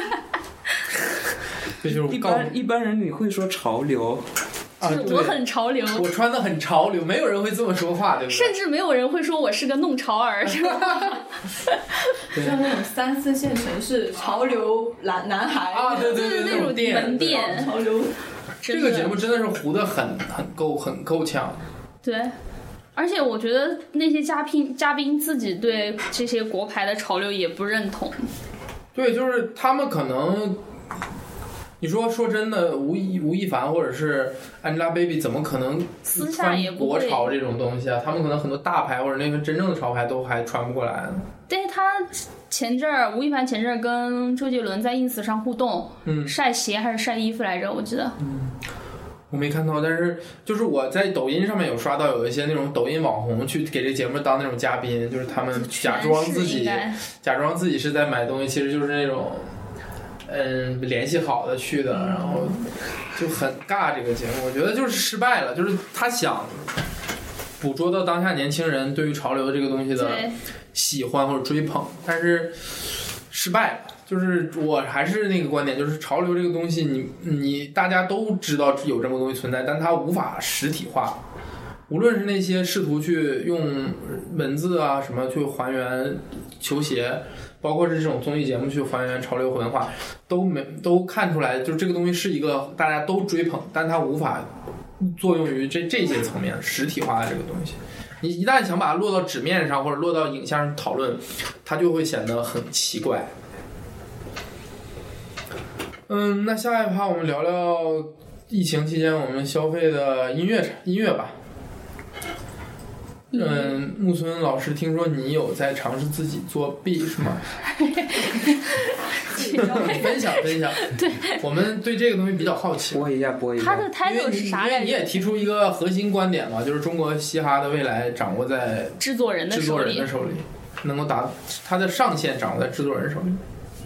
这就是一般人你会说潮流就是我很潮流， 我穿的很潮流，没有人会这么说话，对不对？ 甚至没有人会说我是个弄潮儿，是吧？ 像那种3、4线城市潮流男孩啊，对对对， 那种门店潮流。 这个节目真的是糊得很够呛。 对，而且我觉得那些嘉宾自己对这些国牌的潮流也不认同。 对，就是他们可能，你说真的，吴亦凡或者是 Angelababy 怎么可能私下也不会国潮这种东西啊？他们可能很多大牌或者那个真正的潮牌都还穿不过来呢。 对，他吴亦凡前阵儿跟周杰伦在 ins 上互动，晒鞋还是晒衣服来着？我记得。 我没看到，但是就是我在抖音上面有刷到有一些那种抖音网红去给这节目当那种嘉宾，就是他们假装自己是在买东西，其实就是那种联系好的去的，然后就很尬。这个节目我觉得就是失败了，就是他想捕捉到当下年轻人对于潮流这个东西的喜欢或者追捧，但是失败了。就是我还是那个观点，就是潮流这个东西你大家都知道有这么东西存在，但它无法实体化。无论是那些试图去用文字啊什么去还原球鞋，包括是这种综艺节目去还原潮流文化，都看出来，就是这个东西是一个大家都追捧，但它无法作用于这些层面实体化的这个东西。你一旦想把它落到纸面上或者落到影像上讨论，它就会显得很奇怪。那下一趴我们聊聊疫情期间我们消费的音乐吧。木村老师，听说你有在尝试自己做 B 是吗？分享。对，我们对这个东西比较好奇。 播一下。 他的 title 是啥来着？ 你也提出一个核心观点嘛，就是中国嘻哈的未来掌握在制作人的手里， 能够他的上限掌握在制作人手里。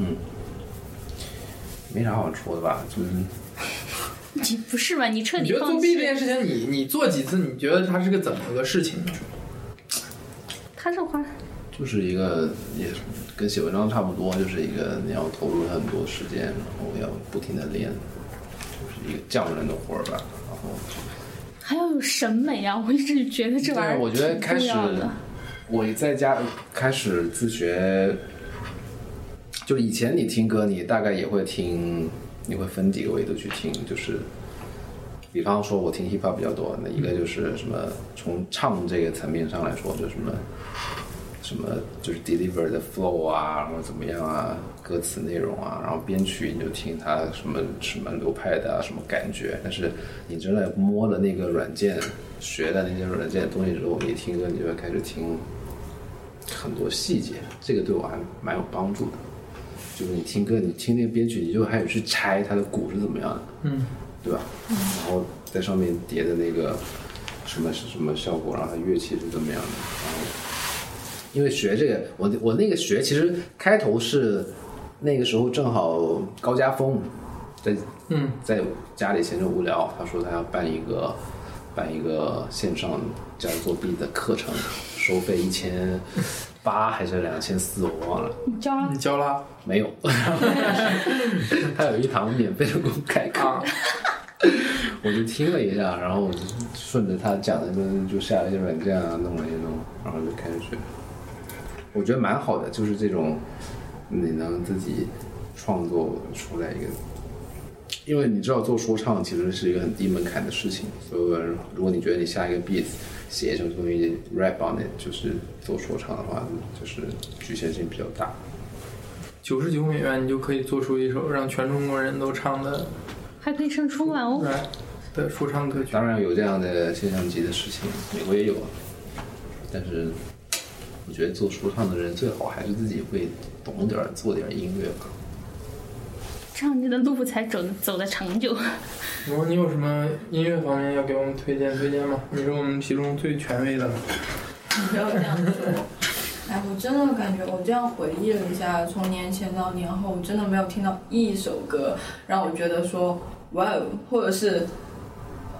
没啥好说的吧，就是你不是吧？你彻底你觉得做 B 这件事情，你做几次？你觉得它是个怎么个事情呢？ 他这话就是一个也跟写文章差不多，就是一个你要投入很多时间，然后要不停的练，就是一个匠人的活儿吧。然后还要有审美啊！我一直觉得这玩意儿， 我觉得开始我在家开始自学。就是以前你听歌，你大概也会听，你会分几个维度去听，就是比方说我听 hip hop 比较多，那一个就是什么从唱这个层面上来说，就什么就是 deliver 的 flow 啊，然后怎么样啊，歌词内容啊，然后编曲你就听它什么流派的啊，什么感觉。但是你真的摸了那个软件，学的那些软件的东西之后，你听歌你就会开始听很多细节，这个对我还蛮有帮助的。就是你听歌，你听那个编曲，你就开始去拆它的鼓是怎么样的，对吧？然后在上面叠的那个什么效果，然后它乐器是怎么样的。然后因为学这个，我那个学其实开头是那个时候正好高家峰在家里闲着无聊，他说他要办一个线上教做 B 的课程，收费1800还是2400，我忘了。 你教了？ 没有。他有一堂免费的公开课，我就听了一下，然后我就顺着他讲的就下了一些软件啊，弄了一弄，然后就开始学。我觉得蛮好的，就是这种你能自己创作出来一个。因为你知道做说唱其实是一个很低门槛的事情，所以如果你觉得你下一个 beat 写一首东西 rap on it， 就是做说唱的话，就是局限性比较大。 $99你就可以做出一首让全中国人都唱的， 还可以上春晚哦的说唱歌曲。 当然有这样的现象级的事情，美国也有，但是我觉得做说唱的人最好还是自己会懂点做点音乐吧。 这样你的路才走得长久。 如果你有什么音乐方面要给我们推荐吗？你是我们其中最权威的。 你不要这样说。哎，我真的感觉我这样回忆了一下，从年前到年后，我真的没有听到一首歌让我觉得说哇哦，或者是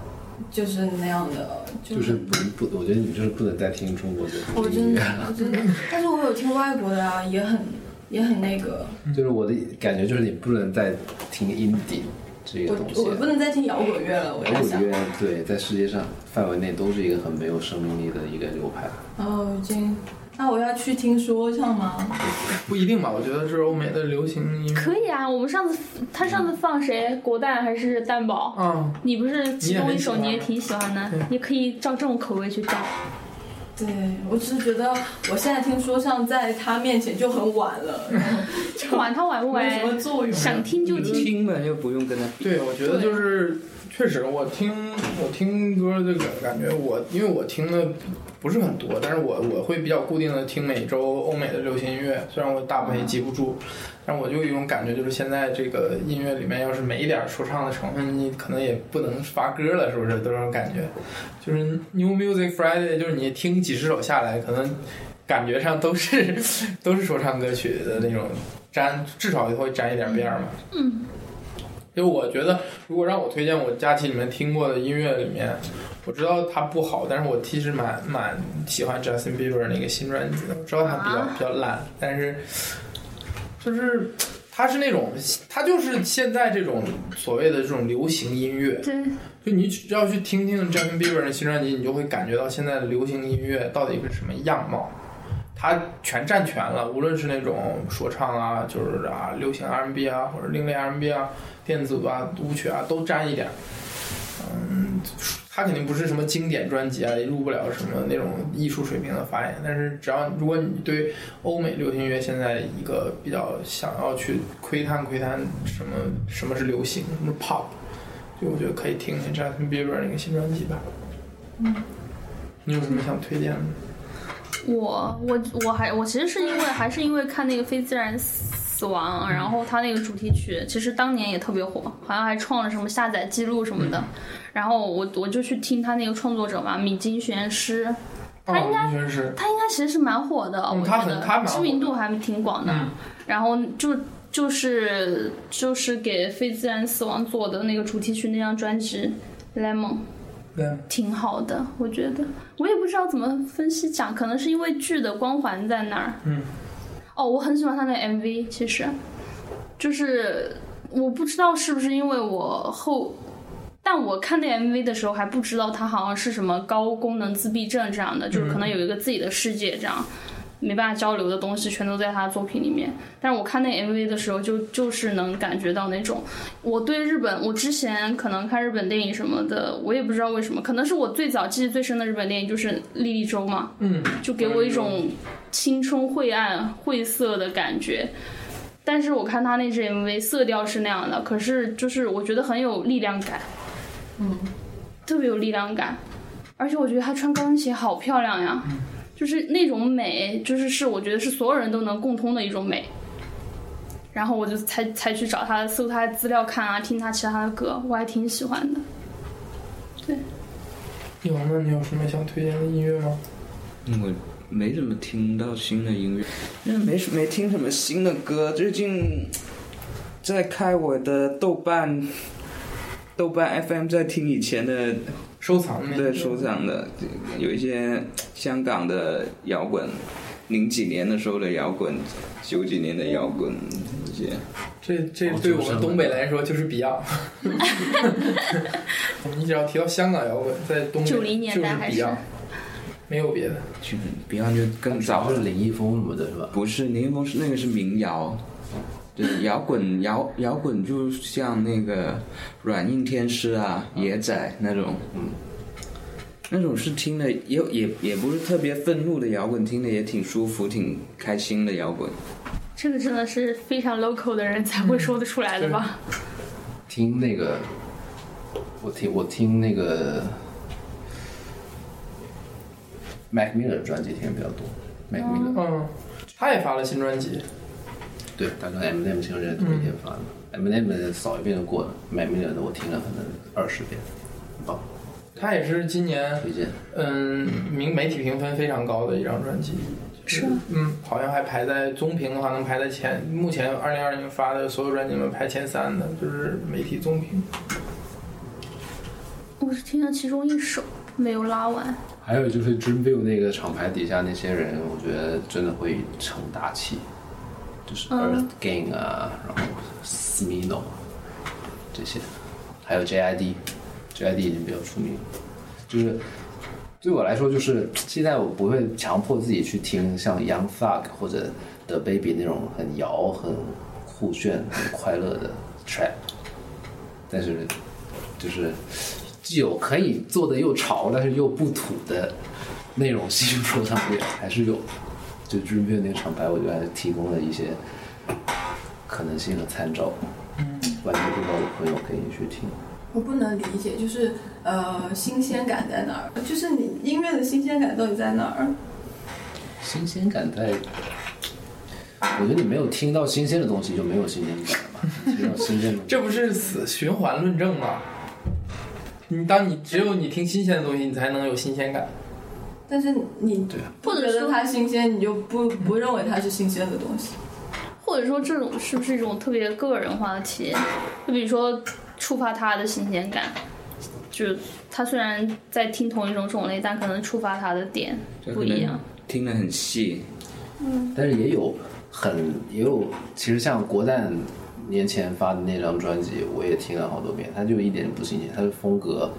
就是那样的， 就是不，我觉得你就是不能再听中国的音乐了。我真的，但是我有听外国的啊，也很那个。 就是我的感觉就是你不能再听 indie 这个东西， 我不能再听摇滚乐了。 摇滚乐对，在世界上范围内都是一个很没有生命力的一个流派。 哦，已经。那我要去听说唱吗？ 不一定吧，我觉得是欧美的流行音乐。 可以啊，我们他上次放谁？国蛋还是蛋堡？ 嗯， 你不是其中一首你也挺喜欢的，你可以照这种口味去找。 对，我只是觉得我现在听说唱在他面前就很晚了， 管他晚不晚， 没什么作用， 想听就听嘛，又不用跟他比。 对，我觉得就是确实，我听歌这个感觉，因为我听的不是很多，但是我会比较固定的听每周欧美的流行音乐，虽然我大部分也记不住，但我就有一种感觉，就是现在这个音乐里面要是没一点说唱的成分，你可能也不能发歌了，是不是？都这种感觉，就是 New Music Friday， 就是你听几十首下来，可能感觉上都是说唱歌曲的那种至少会沾一点边嘛。 嗯。 就我觉得，如果让我推荐我假期里面听过的音乐里面，我知道它不好，但是我其实蛮喜欢 Justin Bieber 那个新专辑的。我知道它比较烂，但是就是它是那种，它就是现在这种所谓的这种流行音乐。 对。 就你只要去听听 Justin Bieber 的新专辑，你就会感觉到现在的流行音乐到底是什么样貌。他全占全了，无论是那种说唱啊，就是流行 R&B 啊，或者另类 R&B 啊，电子啊，舞曲啊，都沾一点。他肯定不是什么经典专辑啊，也入不了什么那种艺术水平的发言。但是如果你对欧美流行乐现在一个比较想要去窥探什么是流行，什么 pop， 就我觉得可以听听 Justin Bieber 那个新专辑吧。你有什么想推荐的？ 我其实是还是因为看那个非自然死亡，然后他那个主题曲其实当年也特别火，好像还创了什么下载记录什么的。然后我就去听他那个创作者嘛，米津玄师，他应该其实是蛮火的，我觉得知名度还挺广的。然后就是给非自然死亡做的那个主题曲那张专辑 Lemon。挺好的，我觉得我也不知道怎么分析讲，可能是因为剧的光环在那儿。我很喜欢他那 MV， 其实就是我不知道是不是因为但我看那 MV 的时候还不知道他好像是什么高功能自闭症这样的，就是可能有一个自己的世界这样。没办法交流的东西全都在他的作品里面，但是我看那 MV 的时候就是能感觉到那种，我对日本，我之前可能看日本电影什么的，我也不知道为什么，可能是我最早记忆最深的日本电影就是《莉莉周》嘛，就给我一种青春晦暗晦涩的感觉。但是我看他那支 MV 色调是那样的，可是就是我觉得很有力量感，特别有力量感，而且我觉得他穿高跟鞋好漂亮呀。就是那种美，就是我觉得是所有人都能共通的一种美。然后我就才去找他搜他的资料看啊，听他其他的歌，我还挺喜欢的。对。 你有什么想推荐的音乐吗？ 我没怎么听到新的音乐，没听什么新的歌。最近在开我的豆瓣 FM， 在听以前的。 收藏的有一些香港的摇滚，00几年的时候的摇滚，90几年的摇滚这些。 这对我们东北来说就是 Beyond。你只要提到香港摇滚，在东北 90年代还是 Beyond， 没有别的。 Beyond 就更早， 是林一峰什么的是吧？ 不是，林一峰是那个是民谣。对，摇滚就像那个软硬天师啊、野仔那种，那种是听的也不是特别愤怒的摇滚，听的也挺舒服、挺开心的摇滚。 这个真的是非常 local 的人才会说得出来的吧？ 听那个，我听那个 Mac Miller 专辑听的比较多。Mac Miller， 他也发了新专辑。 对，他跟 Eminem 情人同一天发的。Eminem 的扫一遍就过了 ，Mac Miller 的我听了可能20遍，很棒。 他也是今年推荐， 媒体评分非常高的一张专辑。 是， 好像还排在综评的话能排在前，目前2020年发的所有专辑里面排前3的，就是媒体综评。 我是听了其中一首，没有拉完。 还有就是 Dreamville 那个厂牌底下那些人，我觉得真的会成大器，就是 Earth Gang 啊，然后 Smino 这些，还有 JID 已经比较出名，就是对我来说，就是现在我不会强迫自己去听像 Young Thug 或者 The Baby 那种很摇、很酷炫、很快乐的 trap， 但是就是既有可以做的又潮，但是又不土的内容性说唱乐还是有。就 Dreamville 那个厂牌，我觉得还是提供了一些可能性和参照。完全不知道的朋友可以去听。 我不能理解，就是新鲜感在哪儿？就是你音乐的新鲜感到底在哪儿？ 新鲜感在，我觉得你没有听到新鲜的东西，就没有新鲜感了嘛。听到新鲜的， 这不是死循环论证吗？你只有你听新鲜的东西，你才能有新鲜感。 但是你不觉得它新鲜，你就不认为它是新鲜的东西。 或者说这种是不是一种特别个人化的体验？就比如说触发他的新鲜感，就他虽然在听同一种种类，但可能触发他的点不一样， 听得很细。 但是也有，其实像国蛋年前发的那张专辑，我也听了好多遍，它就一点不新鲜，它的风格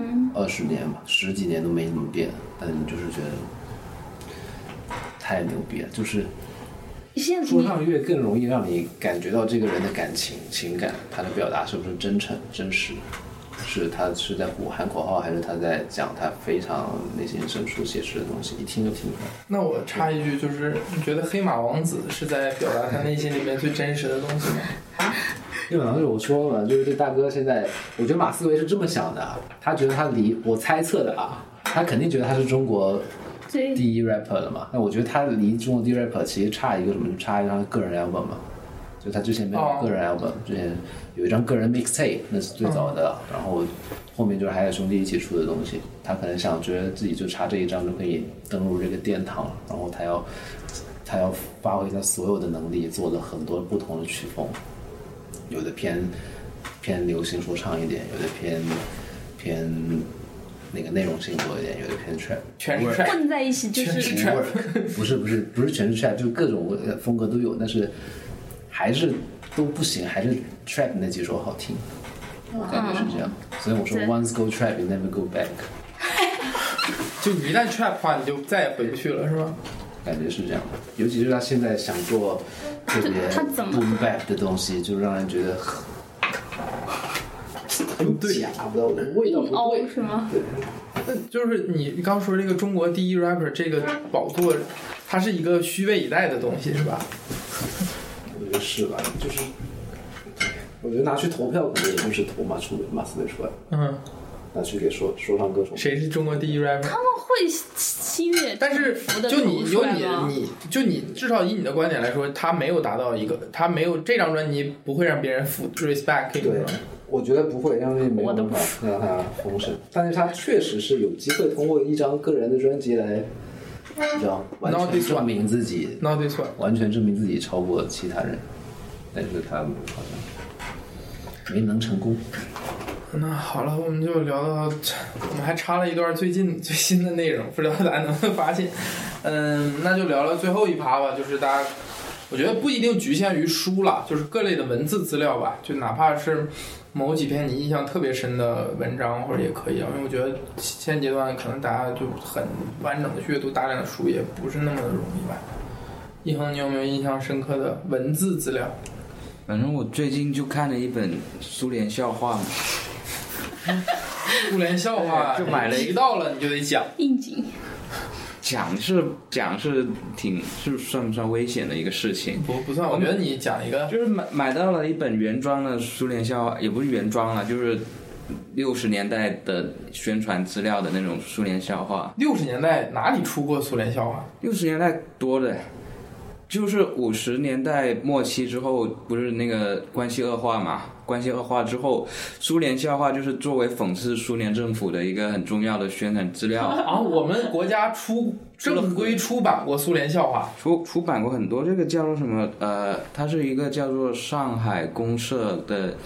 ，20年吧，10几年都没怎么变，但你就是觉得太牛逼了，就是说唱乐更容易让你感觉到这个人的感情、情感，他的表达是不是真诚、真实，是他是在喊口号，还是他在讲他非常内心深处写实的东西，一听就听出来。 那我插一句，就是你觉得黑马王子是在表达他内心里面最真实的东西吗？ 基本上就是我说了，就是这大哥现在，我觉得马思唯是这么想的，他觉得他我猜测的啊，他肯定觉得他是中国第一 rapper 了嘛。那我觉得他离中国第一 rapper 其实差一个什么，就差一张个人 album 嘛。就他之前没有个人 album，之前有一张个人 mixtape， 那是最早的，然后后面就是海海兄弟一起出的东西。他可能想觉得自己就差这一张就可以登入这个殿堂，然后他要发挥他所有的能力，做了很多不同的曲风，有的偏流行说唱一点，有的偏那个内容性多一点，有的偏 trap， 全是 trap 混在一起就是 trap， 不是全是 trap， 就各种风格都有，但是还是都不行，还是 trap 那几首好听，我感觉是这样。所以我说 once go trap you never go back， 就你一旦 trap 的话，你就再也回不去了，是吧？ 感觉是这样的，尤其是他现在想做特别 boom bap 的东西，就让人觉得很假，不知道味道不对， 是吗？ 对， 就是你刚说这个中国第一 rapper 这个宝座，它是一个虚位以待的东西，是吧？ 我觉得是吧？就是我觉得拿去投票，可能也就是投马思唯出来，拿去给说唱歌手。 谁是中国第一 rapper？ 他们会七月， 但是就你至少以你的观点来说，他没有达到一个，他没有这张专辑不会让别人respect him， 对，我觉得不会，因为没办法让他封神。但是他确实是有机会通过一张个人的专辑来，你知道，完全证明自己，完全证明自己超过其他人，但是他好像没能成功。 那好了，我们就聊到，我们还插了一段最新的内容，不知道大家能不能发现。那就聊聊最后一趴吧，就是大家，我觉得不一定局限于书了，就是各类的文字资料吧，就哪怕是某几篇你印象特别深的文章或者也可以啊，因为我觉得现阶段可能大家就很完整的阅读大量的书也不是那么的容易吧。一恒，你有没有印象深刻的文字资料？ 反正我最近就看了一本苏联笑话嘛。 苏联笑话就买了一到了你就得讲应景， 讲是算不算危险的一个事情？ 不算，我觉得你讲一个， 就是买到了一本原装的苏联笑话，也不是原装了，就是60年代的宣传资料的那种苏联笑话。 60年代哪里出过苏联笑话 ？60年代多的。就是50年代末期之后，不是那个关系恶化嘛？关系恶化之后，苏联笑话就是作为讽刺苏联政府的一个很重要的宣传资料啊。我们国家正规出版过苏联笑话， 出版过很多。这个叫做什么？它是一个叫做上海公社的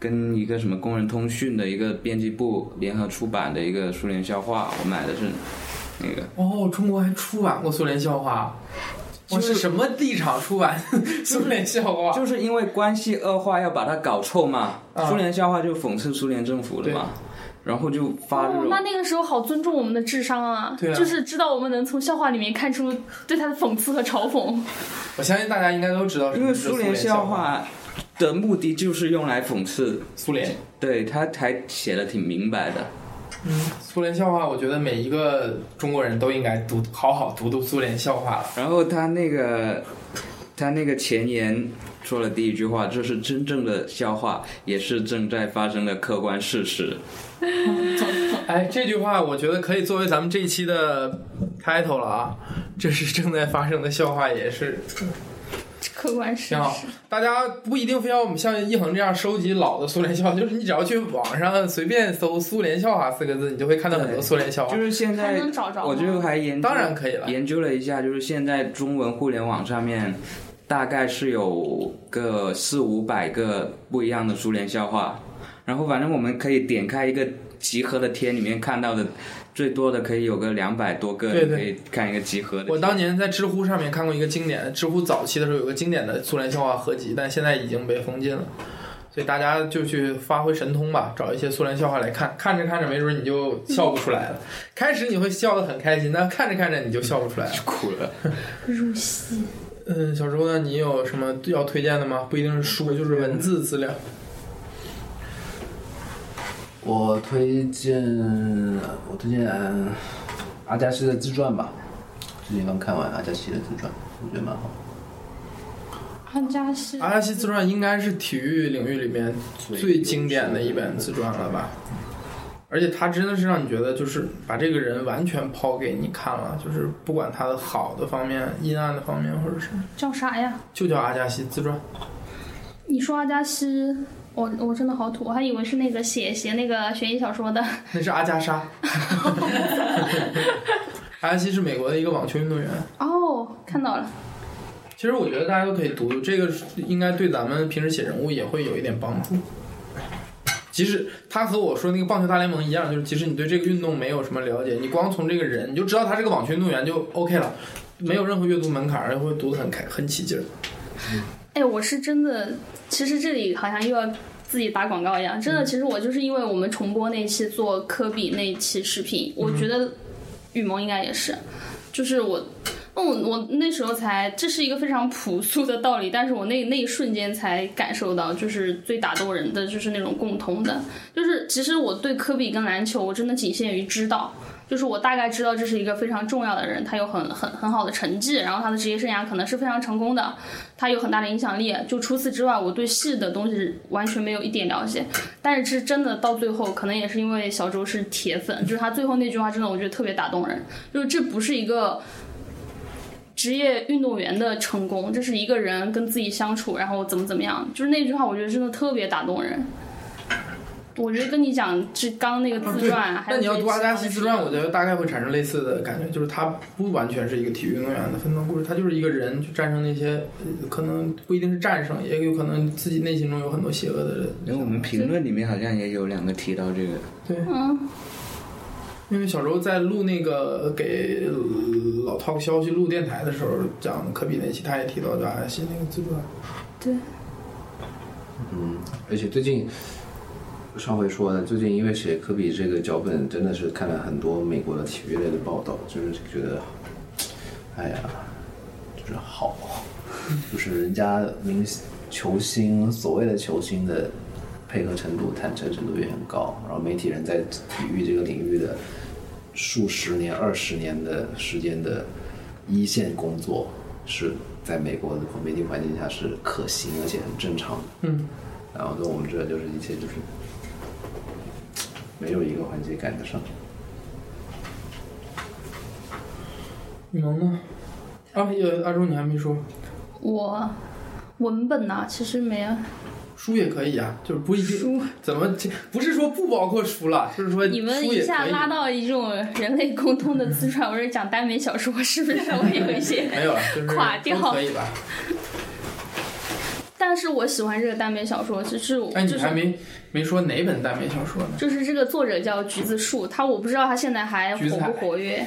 跟一个什么工人通讯的一个编辑部联合出版的一个苏联笑话，我买的是那个。 哦，中国还出版过苏联笑话。是什么立场出版苏联笑话？ 就是因为关系恶化要把它搞臭嘛。苏联笑话就讽刺苏联政府的嘛，然后就发这种。 那个时候好尊重我们的智商啊， 对啊， 就是知道我们能从笑话里面看出对他的讽刺和嘲讽。 我相信大家应该都知道， 因为苏联笑话的目的就是用来讽刺苏联， 对，他还写的挺明白的。 苏联笑话，我觉得每一个中国人都应该好好读苏联笑话了。 然后他那个前言说了第一句话，这是真正的笑话，也是正在发生的客观事实。 哎，这句话我觉得可以作为咱们这一期的 title 了啊！这是正在发生的笑话，也是客观事实。 大家不一定非要我们像一恒这样收集老的苏联笑话，就是你只要去网上随便搜苏联笑话4个字，你就会看到很多苏联笑话。 就是现在我就还当然可以了， 研究了一下，就是现在中文互联网上面大概是有个400-500个不一样的苏联笑话，然后反正我们可以点开一个集合的贴，里面看到的最多的可以有个200多个， 对对， 可以看一个集合的。 我当年在知乎上面看过一个经典的，知乎早期的时候有个经典的苏联笑话合集，但现在已经被封禁了，所以大家就去发挥神通吧，找一些苏联笑话来看，看着看着没准你就笑不出来了。开始你会笑得很开心，但看着看着你就笑不出来了， 哭了。 入戏。 小周呢，你有什么要推荐的吗？不一定是书，就是文字资料。 我推荐阿加西的自传吧，最近刚看完阿加西的自传，我觉得蛮好。 阿加西自传应该是体育领域里面最经典的一本自传了吧？而且他真的是让你觉得就是把这个人完全抛给你看了，就是不管他的好的方面、阴暗的方面，或者是叫啥呀？ 就叫阿加西自传。 你说阿加西。我真的好土，我还以为是那个写那个悬疑小说的。 那是阿加莎。阿加西是美国的一个网球运动员。 哦，看到了。 其实我觉得大家都可以读这个，应该对咱们平时写人物也会有一点帮助。即使他和我说那个棒球大联盟一样，就是即使你对这个运动没有什么了解，你光从这个人你就知道他是个网球运动员就 OK 了，没有任何阅读门槛，而且会读得很起劲儿。 哎，我是真的，其实这里好像又要自己打广告一样，真的，其实我就是因为我们重播那期做科比那一期视频，我觉得雨萌应该也是，就是我那时候才，这是一个非常朴素的道理，但是我那一瞬间才感受到，就是最打动人的就是那种共通的，就是其实我对科比跟篮球我真的仅限于知道。就是我大概知道这是一个非常重要的人，他有很好的成绩，然后他的职业生涯可能是非常成功的，他有很大的影响力。就除此之外，我对戏的东西完全没有一点了解。但是是真的到最后，可能也是因为小周是铁粉，就是他最后那句话真的我觉得特别打动人，就是这不是一个职业运动员的成功，这是一个人跟自己相处，然后怎么样，就是那句话我觉得真的特别打动人。我觉得跟你讲这刚那个自传还有那你要读阿加西自传，我觉得大概会产生类似的感觉，就是他不完全是一个体育运动员的奋斗故事，他就是一个人去战胜那些可能不一定是战胜，也有可能自己内心中有很多邪恶的人。 因为我们评论里面好像也有2个提到这个。 对，因为小时候在录那个给老 talk 消息录电台的时候讲科比那期，他也提到阿加西那个自传。 对， 而且最近上回说的，最近因为写科比这个脚本，真的是看了很多美国的体育类的报道，就是觉得，哎呀，就是好，就是人家球星所谓的球星的配合程度、坦诚程度也很高，然后媒体人在体育这个领域的数十年、20年的时间的一线工作，是在美国的媒体环境下是可行而且很正常的。然后跟我们这就是一切就是没有一个环节赶得上。 雨萌呢？阿周你还没说。 我文本呢，其实没有。 书也可以啊，就是不一定怎么，不是说不包括书了，就是说你们一下拉到一种人类共通的自传，我是讲耽美小说，是不是稍微有一些没有了，就是垮掉？ 可以吧？ 但是我喜欢这个耽美小说，就是你还没说哪本耽美小说呢？ 就是这个作者叫橘子树，我不知道他现在还活不活跃，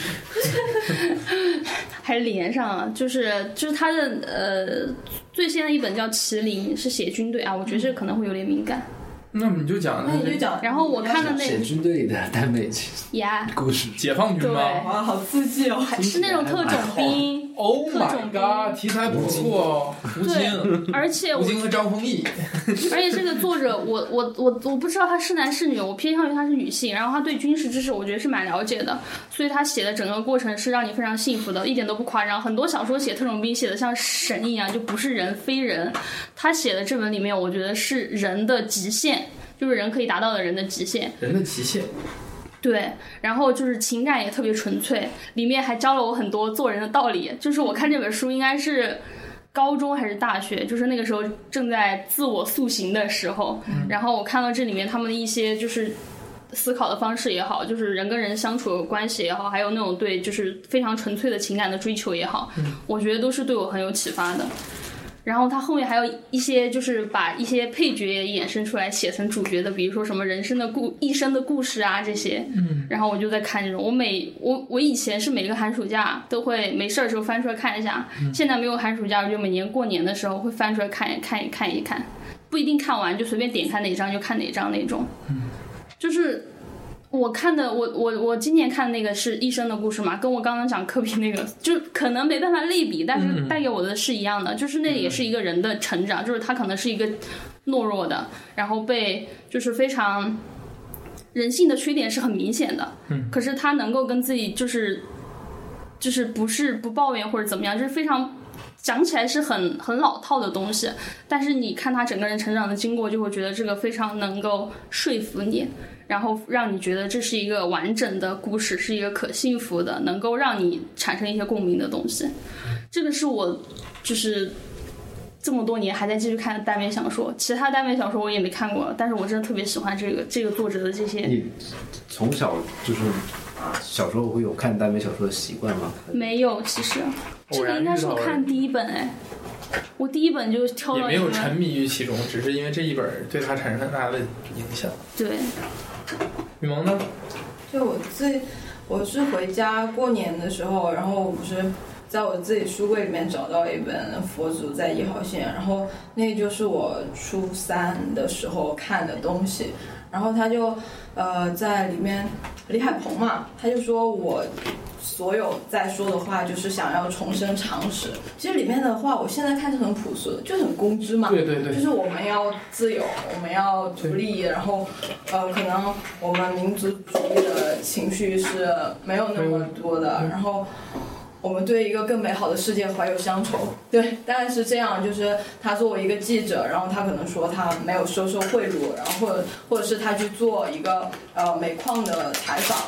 还是连上了。就是他的最先的一本叫《麒麟》，是写军队啊，我觉得这可能会有点敏感。 那你就讲， 然后我看的那写军队的耽美故事， 解放军吗？ 哇，好刺激哦！ 是那种特种兵。 Oh my god， 题材不错，吴京， 而且吴京和张丰毅， 而且这个作者，我不知道他是男是女，我偏向于他是女性，然后他对军事知识我觉得是蛮了解的，所以他写的整个过程是让你非常幸福的，一点都不夸张。很多小说写特种兵写的像神一样，就不是人非人，他写的这本里面，我觉得是人的极限，就是人可以达到的人的极限， 人的极限。 对，然后就是情感也特别纯粹，里面还教了我很多做人的道理。就是我看这本书应该是高中还是大学，就是那个时候正在自我塑形的时候，然后我看到这里面他们的一些就是思考的方式也好，就是人跟人相处的关系也好，还有那种对就是非常纯粹的情感的追求也好，我觉得都是对我很有启发的。然后他后面还有一些就是把一些配角也衍生出来写成主角的，比如说什么人生的一生的故事啊这些。然后我就在看这种，我以前是每个寒暑假都会没事的时候翻出来看一下，现在没有寒暑假，我就每年过年的时候会翻出来看一看，不一定看完，就随便点开哪张就看哪张那种。就是我看的，我今年看的那个是一生的故事嘛，跟我刚刚讲科比那个就可能没办法类比，但是带给我的是一样的，就是那也是一个人的成长，就是他可能是一个懦弱的，然后被就是非常人性的缺点是很明显的，可是他能够跟自己就是不是不抱怨或者怎么样，就是非常讲起来是很老套的东西，但是你看他整个人成长的经过，就会觉得这个非常能够说服你，然后让你觉得这是一个完整的故事，是一个可信服的，能够让你产生一些共鸣的东西。这个是我就是这么多年还在继续看的耽美小说，其他耽美小说我也没看过，但是我真的特别喜欢这个作者的这些。 你从小就是小时候会有看耽美小说的习惯吗？ 没有，其实这个应该是我看第一本我第一本就挑到也没有沉迷于其中，只是因为这一本对他产生很大的影响。 对， 雨萌呢？ 就我是回家过年的时候，然后我不是在我自己书柜里面找到一本《佛祖在1号线》，然后那就是我初3的时候看的东西。然后他就在里面，李海鹏嘛，他就说我所有在说的话就是想要重申常识。其实里面的话我现在看是很朴素的，就很公知嘛， 对对对， 就是我们要自由，我们要独立，然后可能我们民族主义的情绪是没有那么多的，然后我们对一个更美好的世界怀有乡愁。对，大概是这样。就是他作为一个记者，然后他可能说他没有收贿赂，然后或者是他去做一个煤矿的采访，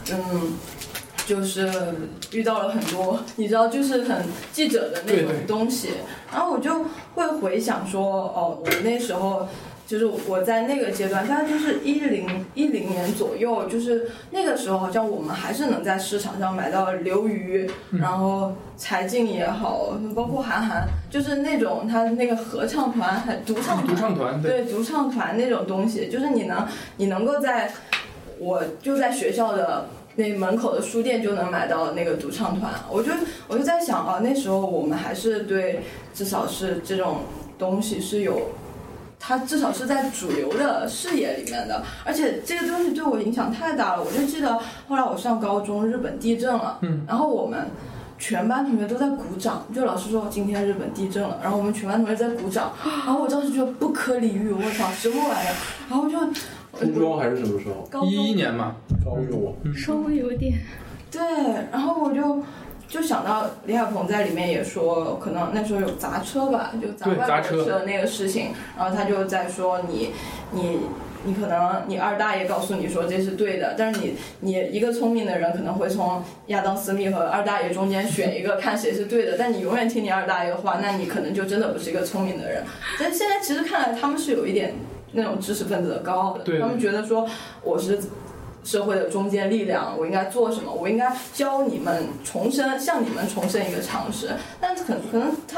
就是遇到了很多你知道就是很记者的那种东西。对对，然后我就会回想说我那时候就是我在那个阶段，大概就是10年左右，就是那个时候好像我们还是能在市场上买到刘瑜，然后柴静也好，包括韩寒，就是那种他那个合唱团还独唱团对独唱团那种东西，就是你能够我就在学校的那门口的书店就能买到那个独唱团。我就在想那时候我们还是对至少是这种东西是有，它至少是在主流的视野里面的，而且这个东西对我影响太大了。我就记得后来我上高中，日本地震了，然后我们全班同学都在鼓掌，就老师说今天日本地震了，然后我们全班同学在鼓掌，然后我当时觉得不可理喻，我操，什么玩意儿？然后就初中还是什么时候 ？11年嘛， 高中稍微有点。 对，然后我就想到李海鹏在里面也说，可能那时候有砸车吧，就砸外国车那个事情，然后他就在说你可能你二大爷告诉你说这是对的，但是你一个聪明的人可能会从亚当斯密和二大爷中间选一个看谁是对的，但你永远听你二大爷的话，那你可能就真的不是一个聪明的人。但现在其实看来他们是有一点那种知识分子的高傲的，他们觉得说我是社会的中坚力量，我应该做什么？我应该教你们向你们重申一个常识。但可能他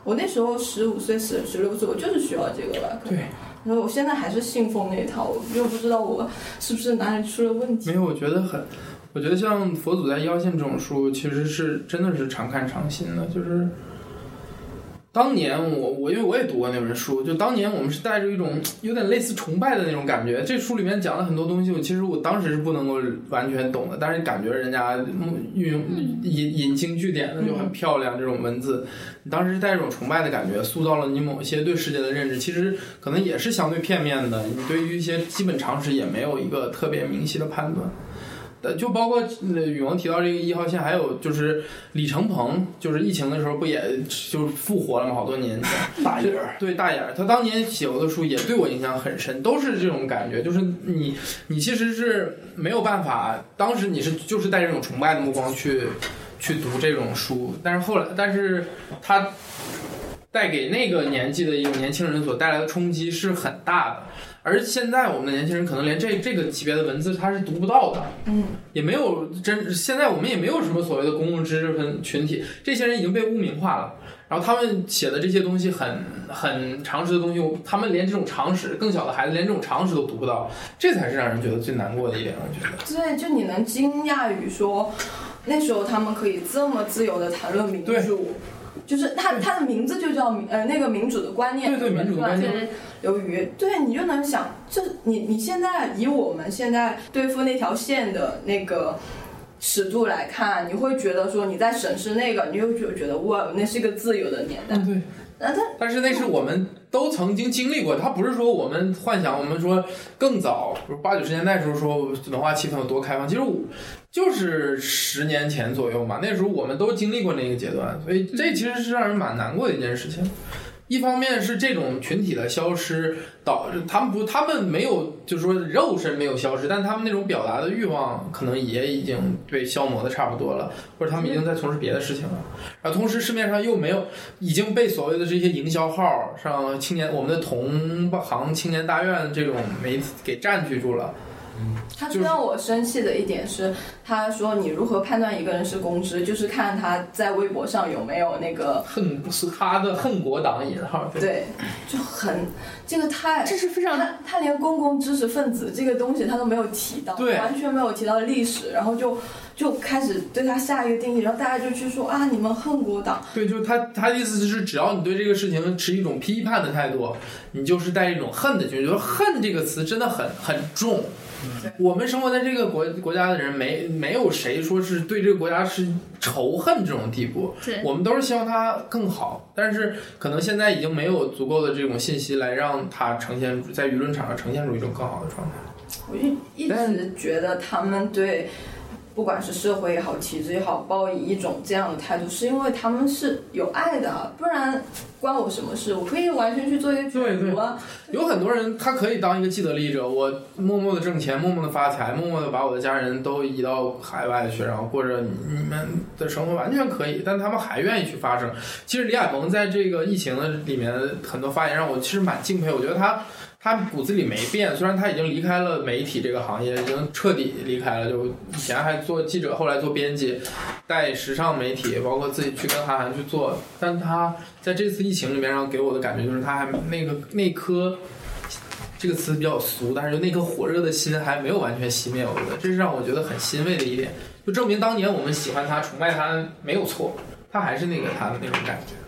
我那时候15岁、16岁，我就是需要这个吧。 对。 然后我现在还是信奉那一套，我就不知道我是不是哪里出了问题。 没有，我觉得像佛祖在腰线这种书，其实是真的是常看常新的。就是当年我因为我也读过那本书，就当年我们是带着一种有点类似崇拜的那种感觉。这书里面讲了很多东西，其实我当时是不能够完全懂的，但是感觉人家运用引经据典的就很漂亮，这种文字，你当时是带这种崇拜的感觉，塑造了你某些对世界的认知，其实可能也是相对片面的，你对于一些基本常识也没有一个特别明晰的判断。就包括宇文提到这个1号线，还有就是李承鹏，就是疫情的时候不也就是复活了吗？好多年前， 大眼儿， 对大眼儿，他当年写过的书也对我影响很深，都是这种感觉，就是你其实是没有办法，当时你就是带这种崇拜的目光去读这种书，但是他带给那个年纪的一个年轻人所带来的冲击是很大的。而现在我们的年轻人可能连这个级别的文字他是读不到的，也没有现在我们也没有什么所谓的公共知识群体，这些人已经被污名化了。然后他们写的这些东西很常识的东西，他们连这种常识，更小的孩子连这种常识都读不到，这才是让人觉得最难过的一点。我觉得， 对，就你能惊讶于说，那时候他们可以这么自由的谈论民主。就是他的名字就叫那个民主的观念， 对民主的观念， 由于对你就能想，就你现在以我们现在对付那条线的那个尺度来看，你会觉得说你在审视那个，你又觉得哇，那是一个自由的年代。 对。但是那是我们都曾经经历过，它不是说我们幻想，我们说更早，比如80、90年代的时候说文化气氛有多开放，其实就是10年前左右嘛，那时候我们都经历过那个阶段，所以这其实是让人蛮难过的一件事情。一方面是这种群体的消失导致他们没有，就是说肉身没有消失，但他们那种表达的欲望可能也已经被消磨的差不多了，或者他们已经在从事别的事情了。然后同时市面上又没有，已经被所谓的这些营销号上我们的同行青年大院这种媒体给占据住了。 他最让我生气的一点是，他说你如何判断一个人是公知，就是看他在微博上有没有那个他的恨国党引号， 对，就很这是非常他连公共知识分子这个东西他都没有提到， 对， 完全没有提到历史，然后就开始对他下一个定义，然后大家就去说啊，你们恨国党。 对，就他的意思是，只要你对这个事情持一种批判的态度，你就是带一种恨的，就是恨这个词真的很重。我们生活在这个国家的人没有谁说是对这个国家是仇恨这种地步，我们都是希望它更好，但是可能现在已经没有足够的这种信息来让它呈现在舆论场上呈现出一种更好的状态。 我一直觉得他们对不管是社会也好，体制也好，抱以一种这样的态度，是因为他们是有爱的，不然关我什么事？我可以完全去做一个卷读啊。 有很多人他可以当一个既得利益者，我默默的挣钱，默默的发财，默默的把我的家人都移到海外去，然后过着你们的生活，完全可以，但他们还愿意去发声。其实李海鹏在这个疫情的里面很多发言让我其实蛮敬佩，我觉得他骨子里没变，虽然他已经离开了媒体这个行业，已经彻底离开了，就以前还做记者，后来做编辑，带时尚媒体，包括自己去跟韩寒去做，但他在这次疫情里面让给我的感觉就是他还那颗这个词比较俗，但是就那颗火热的心还没有完全熄灭，我觉得这是让我觉得很欣慰的一点，就证明当年我们喜欢他崇拜他没有错，他还是他的那种感觉。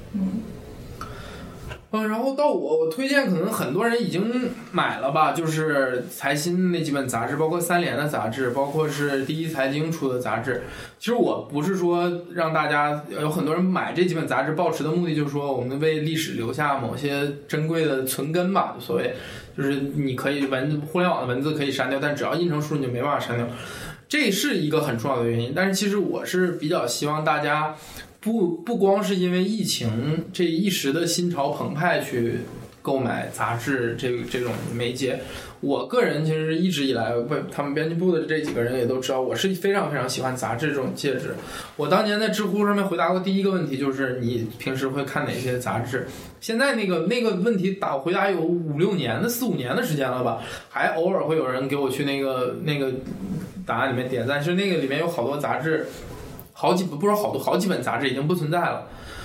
然后到我推荐，可能很多人已经买了吧，就是财新那几本杂志，包括三联的杂志，包括是第一财经出的杂志。其实我不是说让大家有很多人买这几本杂志，抱持的目的就是说我们为历史留下某些珍贵的存根吧，所谓就是你可以互联网的文字可以删掉，但只要印成书你就没办法删掉，这是一个很重要的原因。但是其实我是比较希望大家不光是因为疫情这一时的心潮澎湃去购买杂志这种媒介，我个人其实一直以来他们编辑部的这几个人也都知道，我是非常非常喜欢杂志这种介质。我当年在知乎上面回答过第一个问题，就是你平时会看哪些杂志？现在那个问题回答有4-5年的时间了吧，还偶尔会有人给我去那个答案里面点赞，是那个里面有好多杂志。好几本杂志已经不存在了。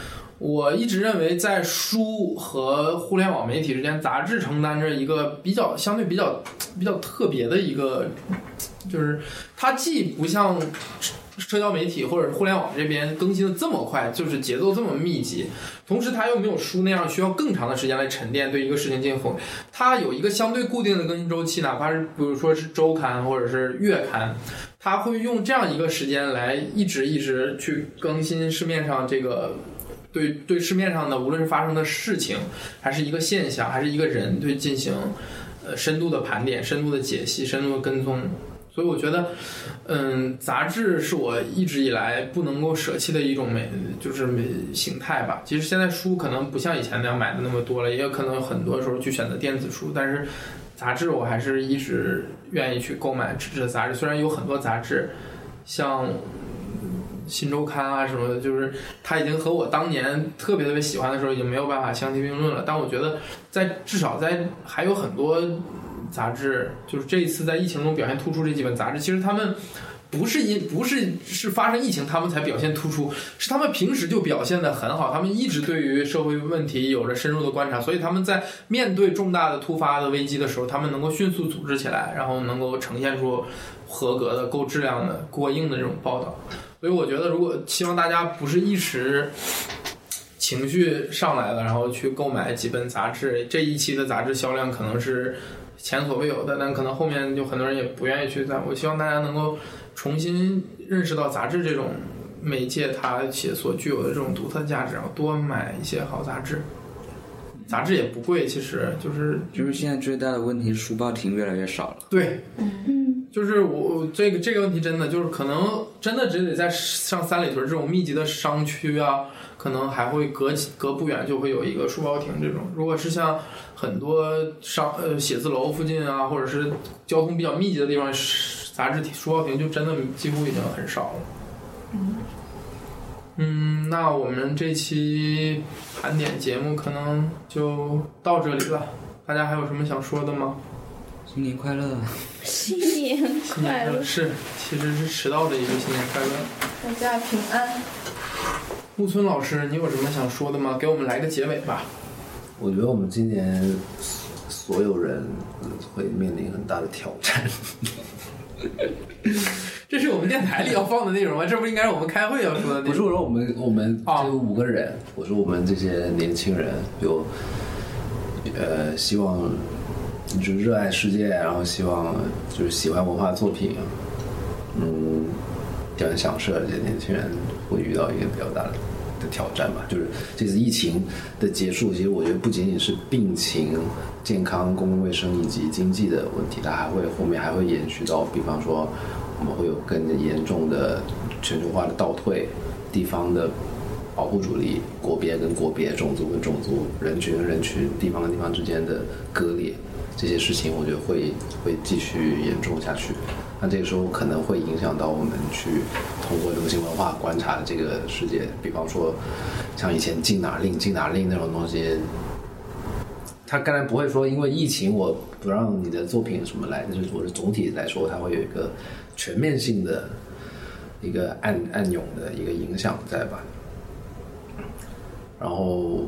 我一直认为在书和互联网媒体之间，杂志承担着一个相对比较特别的一个，就是它既不像社交媒体或者是互联网这边更新的这么快，就是节奏这么密集，同时它又没有书那样需要更长的时间来沉淀对一个事情进行，它有一个相对固定的更新周期，哪怕是比如说是周刊或者是月刊，它会用这样一个时间来一直去更新市面上这个对市面上的无论是发生的事情，还是一个现象，还是一个人，对进行深度的盘点、深度的解析、深度的跟踪。所以我觉得，杂志是我一直以来不能够舍弃的一种形态吧。其实现在书可能不像以前那样买的那么多了，也有可能有很多时候去选择电子书，但是杂志我还是一直愿意去购买纸质的杂志。虽然有很多杂志，像新周刊啊什么的，就是它已经和我当年特别喜欢的时候已经没有办法相提并论了。但我觉得至少还有很多杂志，就是这一次在疫情中表现突出这几本杂志，其实他们不是发生疫情他们才表现突出，是他们平时就表现得很好，他们一直对于社会问题有着深入的观察，所以他们在面对重大的突发的危机的时候，他们能够迅速组织起来，然后能够呈现出合格的、够质量的、过硬的这种报道。所以我觉得，如果希望大家不是一时情绪上来了，然后去购买几本杂志，这一期的杂志销量可能是前所未有的，但可能后面就很多人也不愿意去我希望大家能够重新认识到杂志这种媒介它所具有的这种独特价值，然后多买一些好杂志。杂志也不贵，其实就是现在最大的问题，书报亭越来越少了。 对，就是我这个问题真的就是可能真的只得在像三里屯这种密集的商区啊，可能还会隔不远就会有一个书报亭这种。如果是像很多写字楼附近啊，或者是交通比较密集的地方，杂志书报亭就真的几乎已经很少了。那我们这期盘点节目可能就到这里了，大家还有什么想说的吗？ 新年快乐！ 新年快乐！ 其实是迟到的一个新年快乐， 大家平安。 木村老师，你有什么想说的吗？给我们来个结尾吧。 我觉得我们今年所有人会面临很大的挑战。 这是我们电台里要放的内容吗？这不应该是我们开会要说的内容？ 不是，我说我们这5个人，我说我们这些年轻人有希望就是热爱世界，然后希望就是喜欢文化作品，表演想社这些年轻人会遇到一个比较大的挑战吧。就是这次疫情的结束，其实我觉得不仅仅是病情、健康、公共卫生以及经济的问题，它后面还会延续到，比方说我们会有更严重的全球化的倒退，地方的保护主义，国别跟国别，种族跟种族，人群跟人群，地方跟地方之间的割裂，这些事情我觉得会继续严重下去。那这个时候可能会影响到我们去通过流行文化观察这个世界，比方说像以前禁哪令那种东西，他刚才不会说因为疫情我不让你的作品什么来，但是我是总体来说它会有一个全面性的一个暗涌的一个影响在吧。然后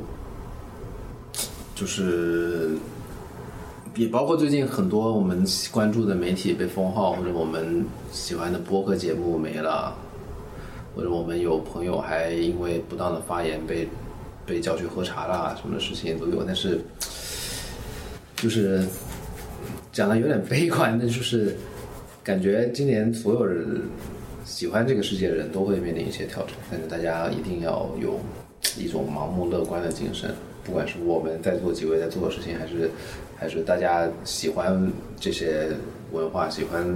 就是也包括最近很多我们关注的媒体被封号，或者我们喜欢的播客节目没了，或者我们有朋友还因为不当的发言被叫去喝茶啦，什么事情都有。但是就是讲的有点悲观，但就是感觉今年所有人喜欢这个世界的人都会面临一些挑战，但是大家一定要有一种盲目乐观的精神，不管是我们在座几位在做的事情，还是大家喜欢这些文化、喜欢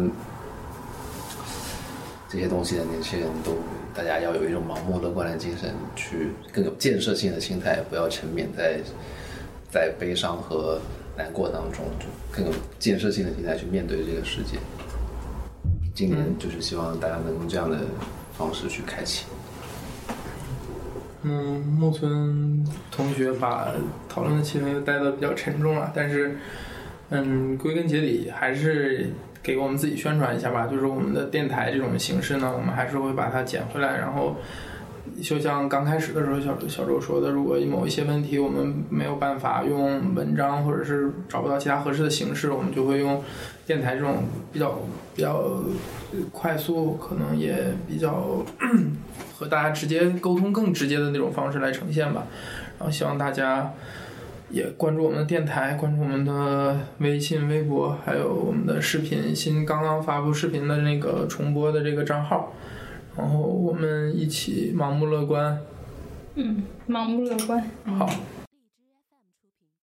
这些东西的年轻人都，大家要有一种盲目乐观的精神，去更有建设性的心态，不要沉湎在悲伤和难过当中，就更有建设性的心态去面对这个世界。今年就是希望大家能用这样的方式去开启。 木村同学把讨论的气氛又带得比较沉重了，但是归根结底还是给我们自己宣传一下吧，就是我们的电台这种形式呢，我们还是会把它捡回来，然后就像刚开始的时候小周说的，如果某一些问题我们没有办法用文章或者是找不到其他合适的形式，我们就会用电台这种比较快速，可能也比较和大家直接沟通更直接的那种方式来呈现吧。然后希望大家也关注我们的电台，关注我们的微信、微博，还有我们的视频刚刚发布视频的那个重播的这个账号，然后我们一起盲目乐观。 盲目乐观。 好。